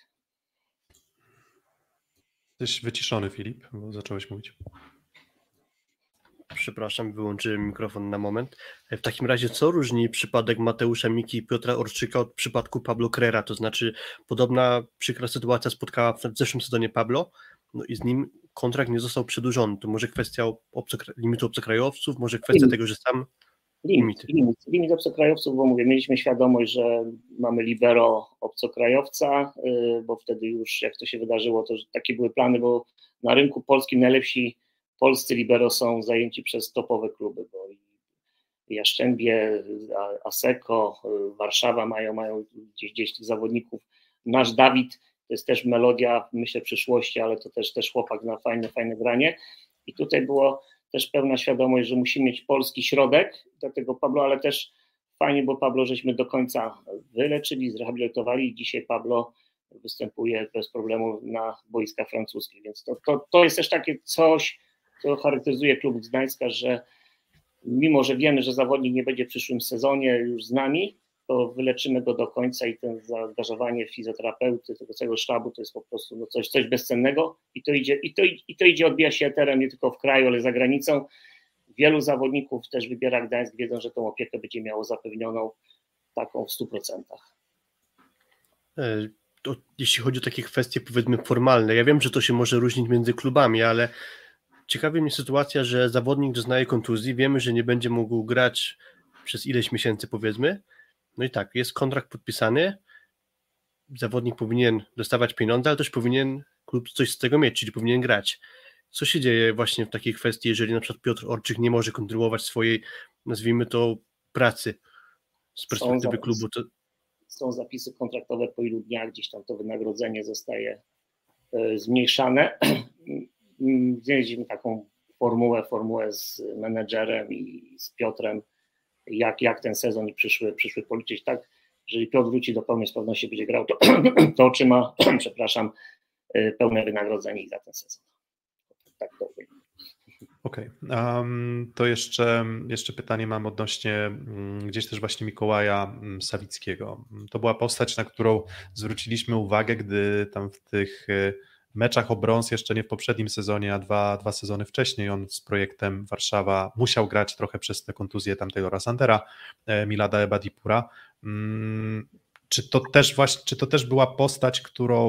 Jesteś wyciszony, Filip, bo zacząłeś mówić. Przepraszam, wyłączyłem mikrofon na moment. W takim razie co różni przypadek Mateusza Miki i Piotra Orczyka od przypadku Pablo Crera? To znaczy podobna przykra sytuacja spotkała w zeszłym sezonie Pablo, no i z nim kontrakt nie został przedłużony. To może kwestia limitu obcokrajowców, może kwestia tego, że sam Limit obcokrajowców, bo mówię, mieliśmy świadomość, że mamy libero obcokrajowca, bo wtedy już jak to się wydarzyło, to takie były plany, bo na rynku polskim najlepsi polscy libero są zajęci przez topowe kluby, bo Jastrzębie, Aseko, Warszawa mają gdzieś tych zawodników. Nasz Dawid to jest też melodia, myślę, przyszłości, ale to też chłopak na fajne granie. I tutaj było też pełna świadomość, że musimy mieć polski środek, dlatego Pablo, ale też fajnie, bo Pablo żeśmy do końca wyleczyli, zrehabilitowali i dzisiaj Pablo występuje bez problemu na boiskach francuskich, więc to jest też takie coś, co charakteryzuje klub z Gdańska, że mimo, że wiemy, że zawodnik nie będzie w przyszłym sezonie już z nami, to wyleczymy go do końca i to zaangażowanie fizjoterapeuty, tego całego sztabu to jest po prostu no coś bezcennego i to idzie, odbija się eterem nie tylko w kraju, ale za granicą. Wielu zawodników też wybiera Gdańsk, wiedzą, że tą opiekę będzie miało zapewnioną taką w 100%. To, jeśli chodzi o takie kwestie powiedzmy formalne, ja wiem, że to się może różnić między klubami, ale ciekawi mnie sytuacja, że zawodnik doznaje kontuzji, wiemy, że nie będzie mógł grać przez ileś miesięcy powiedzmy, no i tak, jest kontrakt podpisany, zawodnik powinien dostawać pieniądze, ale też powinien klub coś z tego mieć, czyli powinien grać. Co się dzieje właśnie w takiej kwestii, jeżeli na przykład Piotr Orczyk nie może kontynuować swojej, nazwijmy to, pracy z perspektywy klubu? Są zapisy kontraktowe, po ilu dniach gdzieś tam to wynagrodzenie zostaje zmniejszane. Znaleźliśmy taką formułę z menedżerem i z Piotrem, jak ten sezon i przyszły policzyć. Tak, jeżeli Piotr wróci do pełnej sprawności, będzie grał, to otrzyma, przepraszam, pełne wynagrodzenie za ten sezon. Tak to powiem. Okej. To jeszcze pytanie mam odnośnie gdzieś też właśnie Mikołaja Sawickiego. To była postać, na którą zwróciliśmy uwagę, gdy tam w tych meczach o brąz jeszcze nie w poprzednim sezonie, a dwa sezony wcześniej on z projektem Warszawa musiał grać trochę przez tę kontuzję tamtego Rasandera, Milada Ebadipura. Czy to też była postać,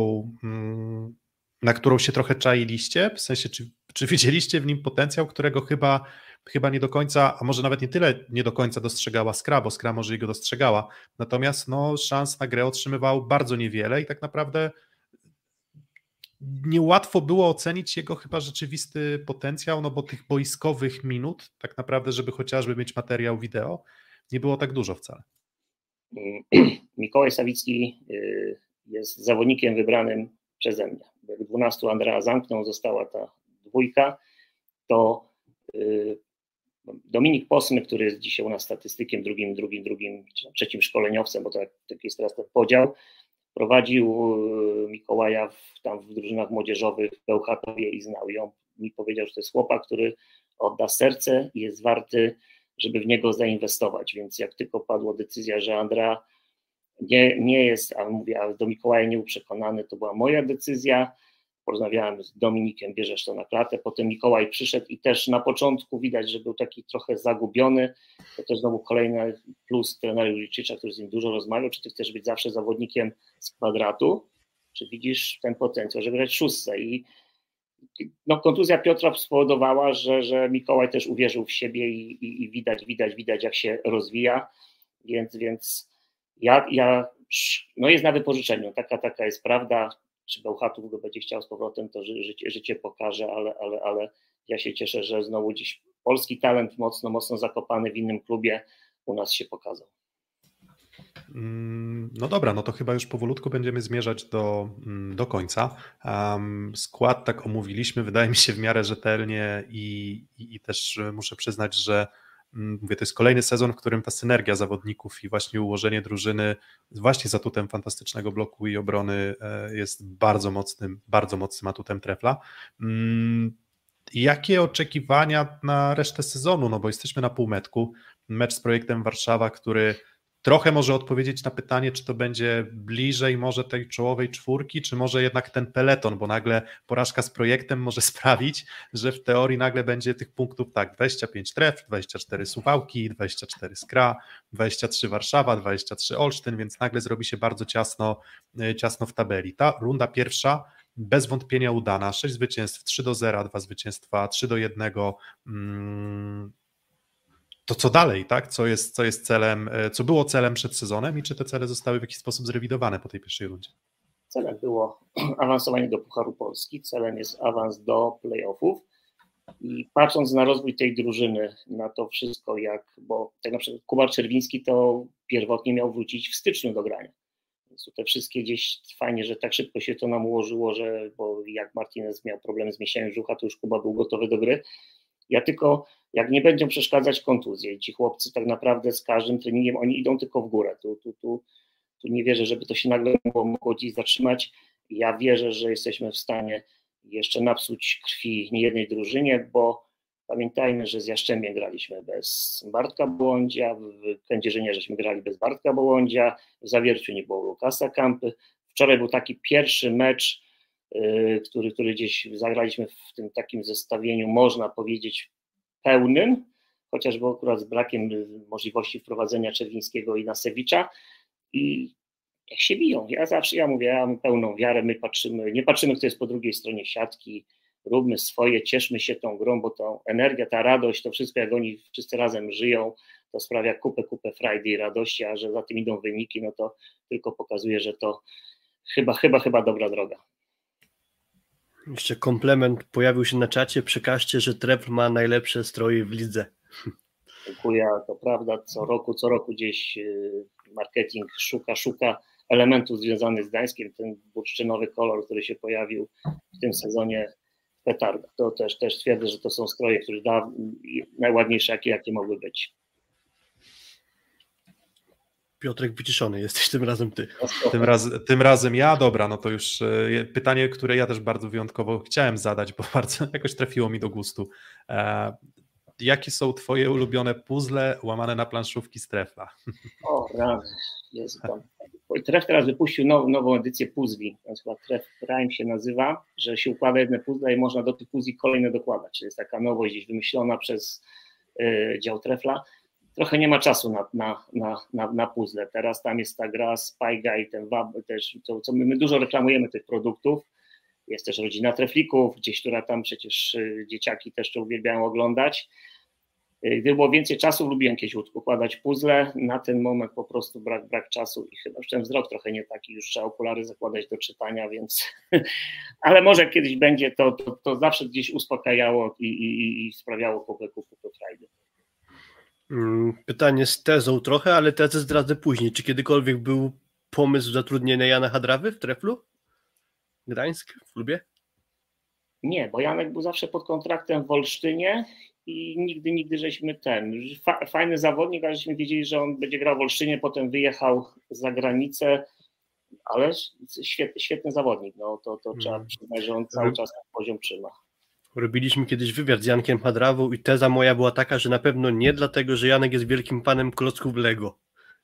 na którą się trochę czailiście? W sensie, czy widzieliście w nim potencjał, którego chyba nie do końca, a może nawet nie tyle nie do końca dostrzegała Skra, bo Skra może i go dostrzegała, natomiast szans na grę otrzymywał bardzo niewiele i tak naprawdę niełatwo było ocenić jego chyba rzeczywisty potencjał, bo tych boiskowych minut, tak naprawdę, żeby chociażby mieć materiał wideo, nie było tak dużo wcale. Mikołaj Sawicki jest zawodnikiem wybranym przeze mnie. Jak 12 Andrea zamknął, została ta dwójka, to Dominik Posmy, który jest dzisiaj u nas statystykiem, drugim, trzecim szkoleniowcem, bo tak jest teraz ten podział, prowadził Mikołaja w drużynach młodzieżowych w Bełchatowie i znał ją. Mi powiedział, że to jest chłopak, który odda serce i jest warty, żeby w niego zainwestować, więc jak tylko padła decyzja, że Andrea nie jest, a do Mikołaja nie był przekonany, to była moja decyzja. Porozmawiałem z Dominikiem, bierzesz to na klatę, potem Mikołaj przyszedł i też na początku widać, że był taki trochę zagubiony, to też znowu kolejny plus trenera Julicicza, który z nim dużo rozmawiał, czy ty chcesz być zawsze zawodnikiem z kwadratu, czy widzisz ten potencjał, żeby grać szóstce i kontuzja Piotra spowodowała, że Mikołaj też uwierzył w siebie i widać jak się rozwija, więc jest na wypożyczeniu, taka jest prawda. Czy Bełchatów go będzie chciał z powrotem, to życie pokaże, ale ja się cieszę, że znowu gdzieś polski talent mocno zakopany w innym klubie u nas się pokazał. No dobra, to chyba już powolutku będziemy zmierzać do końca. Skład tak omówiliśmy, wydaje mi się w miarę rzetelnie i też muszę przyznać, że mówię, to jest kolejny sezon, w którym ta synergia zawodników i właśnie ułożenie drużyny właśnie z atutem fantastycznego bloku i obrony jest bardzo mocnym atutem Trefla. Jakie oczekiwania na resztę sezonu? Bo jesteśmy na półmetku, mecz z projektem Warszawa, który trochę może odpowiedzieć na pytanie, czy to będzie bliżej może tej czołowej czwórki, czy może jednak ten peleton, bo nagle porażka z projektem może sprawić, że w teorii nagle będzie tych punktów 25 Tref, 24 Suwałki, 24 Skra, 23 Warszawa, 23 Olsztyn, więc nagle zrobi się bardzo ciasno w tabeli. Ta runda pierwsza bez wątpienia udana, 6 zwycięstw, 3-0, 2 zwycięstwa, 3-1, to co dalej, tak? Co jest celem, co było celem przed sezonem i czy te cele zostały w jakiś sposób zrewidowane po tej pierwszej rundzie? Celem było awansowanie do Pucharu Polski, celem jest awans do playoffów i patrząc na rozwój tej drużyny, na to wszystko bo tak na przykład Kuba Czerwiński to pierwotnie miał wrócić w styczniu do grania. Więc te wszystkie gdzieś fajnie, że tak szybko się to nam ułożyło, bo jak Martinez miał problem z mięśniami brzucha, to już Kuba był gotowy do gry. Ja tylko, jak nie będą przeszkadzać kontuzje i ci chłopcy tak naprawdę z każdym treningiem, oni idą tylko w górę. Tu nie wierzę, żeby to się nagle mogło gdzieś zatrzymać. Ja wierzę, że jesteśmy w stanie jeszcze napsuć krwi niejednej drużynie, bo pamiętajmy, że z Jastrzębiem graliśmy bez Bartka Bołądzia, w Kędzierzynie żeśmy grali bez Bartka Bołądzia, w Zawierciu nie było Lukasa Kampy. Wczoraj był taki pierwszy mecz, który gdzieś zagraliśmy w tym takim zestawieniu, można powiedzieć, pełnym, chociażby akurat z brakiem możliwości wprowadzenia Czerwińskiego i Nasewicza i jak się biją. Ja mówię, ja mam pełną wiarę, nie patrzymy, kto jest po drugiej stronie siatki, róbmy swoje, cieszmy się tą grą, bo ta energia, ta radość, to wszystko jak oni wszyscy razem żyją, to sprawia kupę frajdy i radości, a że za tym idą wyniki, to tylko pokazuje, że to chyba dobra droga. Jeszcze komplement pojawił się na czacie, przekażcie, że Trefl ma najlepsze stroje w lidze. Dziękuję, to prawda, co roku gdzieś marketing szuka elementów związanych z Gdańskiem, ten bursztynowy kolor, który się pojawił w tym sezonie, petarda. To też twierdzę, że to są stroje, które najładniejsze, jakie mogły być. Piotrek, wyciszony jesteś tym razem ty. Tym razem ja, dobra, no to już pytanie, które ja też bardzo wyjątkowo chciałem zadać, bo bardzo jakoś trafiło mi do gustu. Jakie są twoje ulubione puzzle łamane na planszówki z Trefla? O, rany, Jezu, tam. Tref teraz wypuścił nową edycję puzli, na przykład Tref Prime się nazywa, że się układa jedne puzzle i można do tych puzli kolejne dokładać, czyli jest taka nowość gdzieś wymyślona przez dział Trefla. Trochę nie ma czasu na puzzle. Teraz tam jest ta gra Spy Guy, ten Wab, też, co my dużo reklamujemy tych produktów. Jest też rodzina Treflików, gdzieś, która tam przecież dzieciaki też to uwielbiają oglądać. Gdyby było więcej czasu, lubiłem kiedyś układać puzzle. Na ten moment po prostu brak czasu i chyba już ten wzrok trochę nie taki, już trzeba okulary zakładać do czytania, więc ale może kiedyś będzie, to zawsze gdzieś uspokajało i sprawiało kupę frajdy. Pytanie z tezą trochę, ale tezę zdradzę później. Czy kiedykolwiek był pomysł zatrudnienia Jana Hadrawy w Treflu? Gdańsk, w klubie? Nie, bo Janek był zawsze pod kontraktem w Olsztynie i nigdy żeśmy fajny zawodnik, ale żeśmy wiedzieli, że on będzie grał w Olsztynie, potem wyjechał za granicę, ale świetny zawodnik, no to trzeba przyznać, że on cały czas ten poziom trzyma. Robiliśmy kiedyś wywiad z Jankiem Hadrawą i teza moja była taka, że na pewno nie dlatego, że Janek jest wielkim panem klocków Lego.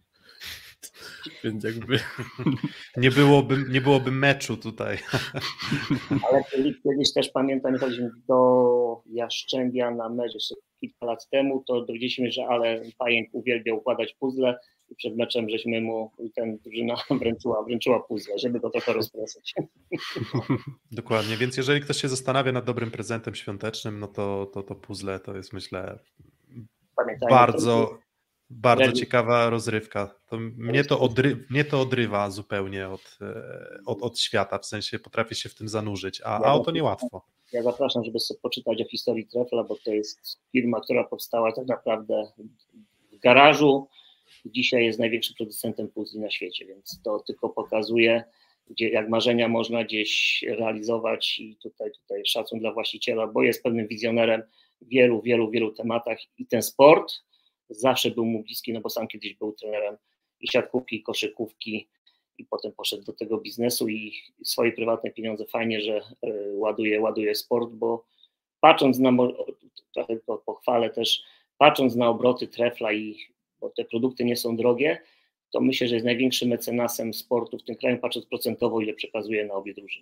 Więc jakby... Nie byłoby meczu tutaj. Ale kiedyś też pamiętam, chodziliśmy do Jastrzębia na mecz jeszcze kilka lat temu, to dowiedzieliśmy, że Pajęk uwielbia układać puzzle i przed meczem żeśmy mu drużyna wręczyła puzzle, żeby to trochę rozproszyć. Dokładnie, więc jeżeli ktoś się zastanawia nad dobrym prezentem świątecznym, no to puzzle to jest, myślę, bardzo ciekawa rozrywka. Mnie to odrywa zupełnie od świata, w sensie potrafię się w tym zanurzyć, a to niełatwo. Ja zapraszam, żeby sobie poczytać o historii Trefla, bo to jest firma, która powstała tak naprawdę w garażu. Dzisiaj jest największym producentem puzli na świecie, więc to tylko pokazuje, jak marzenia można gdzieś realizować i tutaj szacun dla właściciela, bo jest pewnym wizjonerem w wielu tematach i ten sport zawsze był mu bliski, no bo sam kiedyś był trenerem i siatkówki, i koszykówki i potem poszedł do tego biznesu i swoje prywatne pieniądze fajnie, że ładuje sport, bo patrząc trochę pochwalę też, patrząc na obroty Trefla bo te produkty nie są drogie, to myślę, że jest największym mecenasem sportu w tym kraju, patrząc procentowo, ile przekazuje na obie drużyny.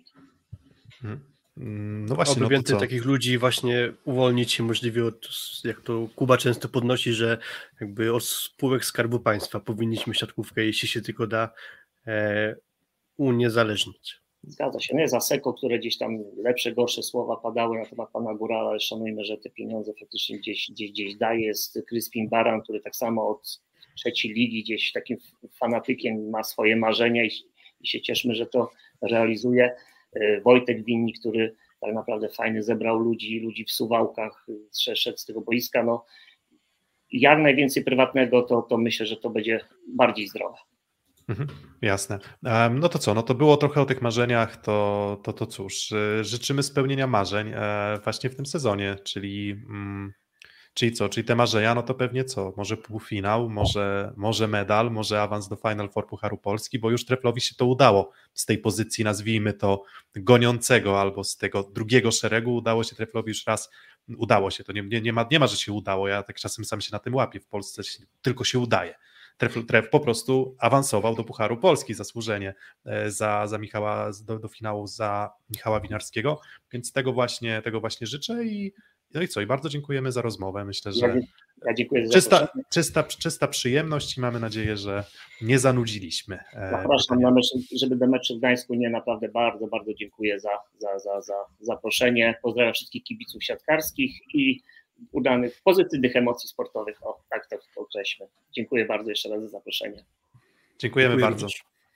No właśnie, Oby więcej takich ludzi właśnie uwolnić się możliwie od, jak to Kuba często podnosi, że jakby od spółek Skarbu Państwa powinniśmy siatkówkę, jeśli się tylko da, uniezależnić. Zgadza się. Nie za Seko, które gdzieś tam lepsze, gorsze słowa padały na temat pana Górala, ale szanujmy, że te pieniądze faktycznie gdzieś daje. Jest Crispin Baran, który tak samo od trzeciej ligi gdzieś takim fanatykiem ma swoje marzenia i się cieszmy, że to realizuje. Wojtek Winni, który tak naprawdę fajnie zebrał ludzi w Suwałkach, szedł z tego boiska. No, jak najwięcej prywatnego, to myślę, że to będzie bardziej zdrowe. Jasne. No to co, no to było trochę o tych marzeniach, to cóż, życzymy spełnienia marzeń właśnie w tym sezonie, czyli co, czyli te marzenia, no to pewnie co, może półfinał, może medal, może awans do Final Four Pucharu Polski, bo już Treflowi się to udało z tej pozycji, nazwijmy to goniącego albo z tego drugiego szeregu, udało się Treflowi już raz, udało się, to nie ma, że się udało, ja tak czasem sam się na tym łapię, w Polsce tylko się udaje. Tref po prostu awansował do Pucharu Polski zasłużenie za Michała, do finału za Michała Winiarskiego, więc tego właśnie życzę i bardzo dziękujemy za rozmowę. Myślę, że ja dziękuję za czysta przyjemność i mamy nadzieję, że nie zanudziliśmy. Zapraszam na mecz, żeby do meczu w Gdańsku. Naprawdę bardzo, bardzo dziękuję za zaproszenie. Pozdrawiam wszystkich kibiców siatkarskich i udanych, pozytywnych emocji sportowych. O, tak to określmy. Dziękuję bardzo jeszcze raz za zaproszenie. Dziękuję bardzo.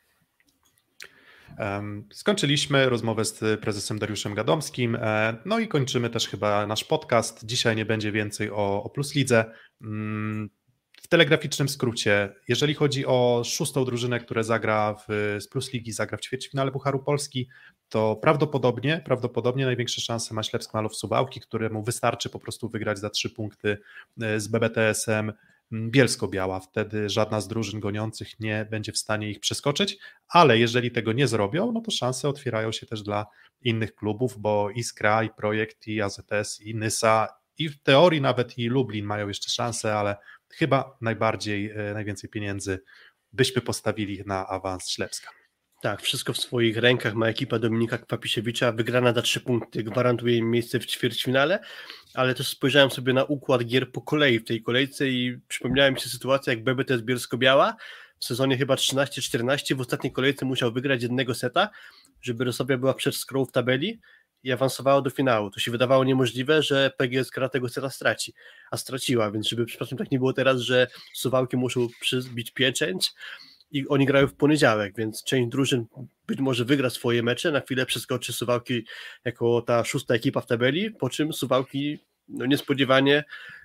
Skończyliśmy rozmowę z prezesem Dariuszem Gadomskim, no i kończymy też chyba nasz podcast. Dzisiaj nie będzie więcej o Plus Lidze. W telegraficznym skrócie, jeżeli chodzi o 6. drużynę, która zagra z Plus Ligi, zagra w ćwierćfinale Pucharu Polski, to prawdopodobnie największe szanse ma Ślepsk Małów Suwałki, któremu wystarczy po prostu wygrać za 3 punkty z BBTS-em. Bielsko-Biała. Wtedy żadna z drużyn goniących nie będzie w stanie ich przeskoczyć, ale jeżeli tego nie zrobią, no to szanse otwierają się też dla innych klubów, bo Iskra, i Projekt, i AZS, i Nysa, i w teorii nawet i Lublin mają jeszcze szansę, ale chyba najwięcej pieniędzy byśmy postawili na awans Ślepska. Tak, wszystko w swoich rękach ma ekipa Dominika Kwapisiewicza. Wygrana za 3 punkty gwarantuje im miejsce w ćwierćfinale, ale też spojrzałem sobie na układ gier po kolei w tej kolejce i przypomniała mi się sytuacja, jak BBTS Bielsko-Biała w sezonie chyba 13-14 w ostatniej kolejce musiał wygrać jednego seta, żeby Resowia była przed Skrą w tabeli i awansowała do finału. To się wydawało niemożliwe, że PGS Kra tego seta straci, a straciła, więc żeby przypadkiem tak nie było teraz, że Suwałki muszą przybić pieczęć i oni grają w poniedziałek, więc część drużyn być może wygra swoje mecze, na chwilę przeskoczy Suwałki jako ta 6. ekipa w tabeli, po czym Suwałki niespodziewanie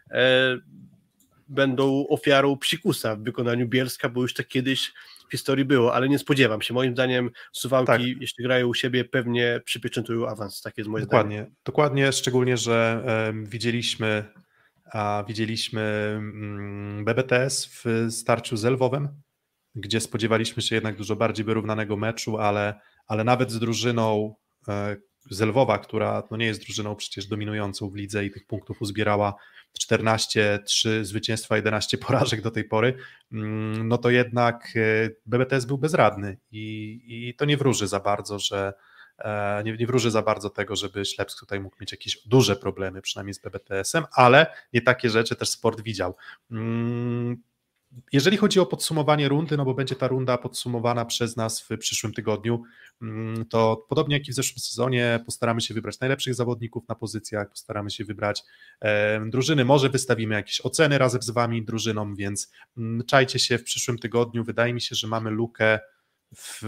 będą ofiarą psikusa w wykonaniu Bielska, bo już tak kiedyś w historii było, ale nie spodziewam się. Moim zdaniem Suwałki, jeśli grają u siebie, pewnie przypieczętują awans. Tak jest moje zdanie. Dokładnie, szczególnie, że widzieliśmy BBTS w starciu z Lwowem, gdzie spodziewaliśmy się jednak dużo bardziej wyrównanego meczu, ale nawet z drużyną z Lwowa, która nie jest drużyną przecież dominującą w lidze i tych punktów uzbierała 14-3 zwycięstwa, 11 porażek do tej pory, no to jednak BBTS był bezradny i to nie wróży za bardzo, nie wróży za bardzo tego, żeby Ślepsk tutaj mógł mieć jakieś duże problemy, przynajmniej z BBTS-em, ale nie takie rzeczy też sport widział. Jeżeli chodzi o podsumowanie rundy, no bo będzie ta runda podsumowana przez nas w przyszłym tygodniu, to podobnie jak i w zeszłym sezonie postaramy się wybrać najlepszych zawodników na pozycjach, postaramy się wybrać drużyny, może wystawimy jakieś oceny razem z wami drużynom, więc czajcie się w przyszłym tygodniu. Wydaje mi się, że mamy lukę w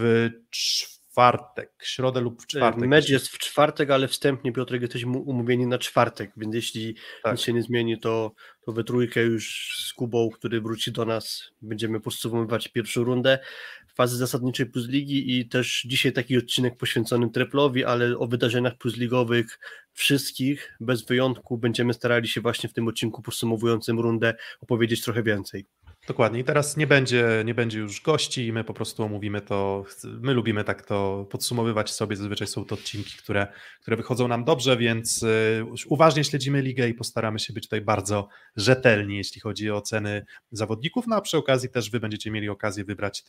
środę lub w czwartek. Mecz jest w czwartek, ale wstępnie Piotrek jesteśmy umówieni na czwartek, więc jeśli nic się nie zmieni, to we trójkę już z Kubą, który wróci do nas, będziemy podsumowywać pierwszą rundę fazy zasadniczej Plus Ligi i też dzisiaj taki odcinek poświęcony triplowi, ale o wydarzeniach plusligowych wszystkich, bez wyjątku, będziemy starali się właśnie w tym odcinku podsumowującym rundę opowiedzieć trochę więcej. Dokładnie. I teraz nie będzie już gości i my po prostu omówimy to. My lubimy tak to podsumowywać sobie. Zazwyczaj są to odcinki, które wychodzą nam dobrze, więc uważnie śledzimy ligę i postaramy się być tutaj bardzo rzetelni, jeśli chodzi o oceny zawodników. No a przy okazji też wy będziecie mieli okazję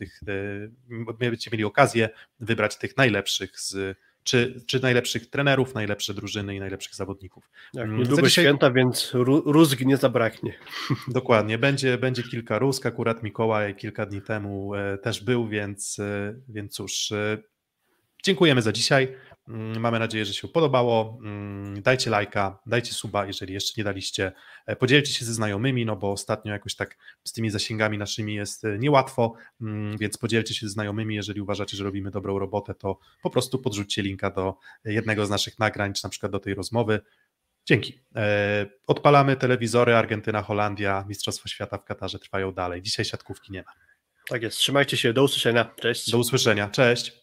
wybrać tych najlepszych czy najlepszych trenerów, najlepsze drużyny i najlepszych zawodników. Niedługo święta, więc rózg nie zabraknie. Dokładnie, będzie kilka rózg, akurat Mikołaj kilka dni temu też był, więc cóż, dziękujemy za dzisiaj. Mamy nadzieję, że się podobało. Dajcie lajka, dajcie suba, jeżeli jeszcze nie daliście. Podzielcie się ze znajomymi, no bo ostatnio jakoś tak z tymi zasięgami naszymi jest niełatwo, więc podzielcie się ze znajomymi. Jeżeli uważacie, że robimy dobrą robotę, to po prostu podrzućcie linka do jednego z naszych nagrań, czy na przykład do tej rozmowy. Dzięki. Odpalamy telewizory, Argentyna, Holandia, Mistrzostwa Świata w Katarze trwają dalej. Dzisiaj siatkówki nie ma. Tak jest, trzymajcie się, do usłyszenia, cześć. Do usłyszenia, cześć.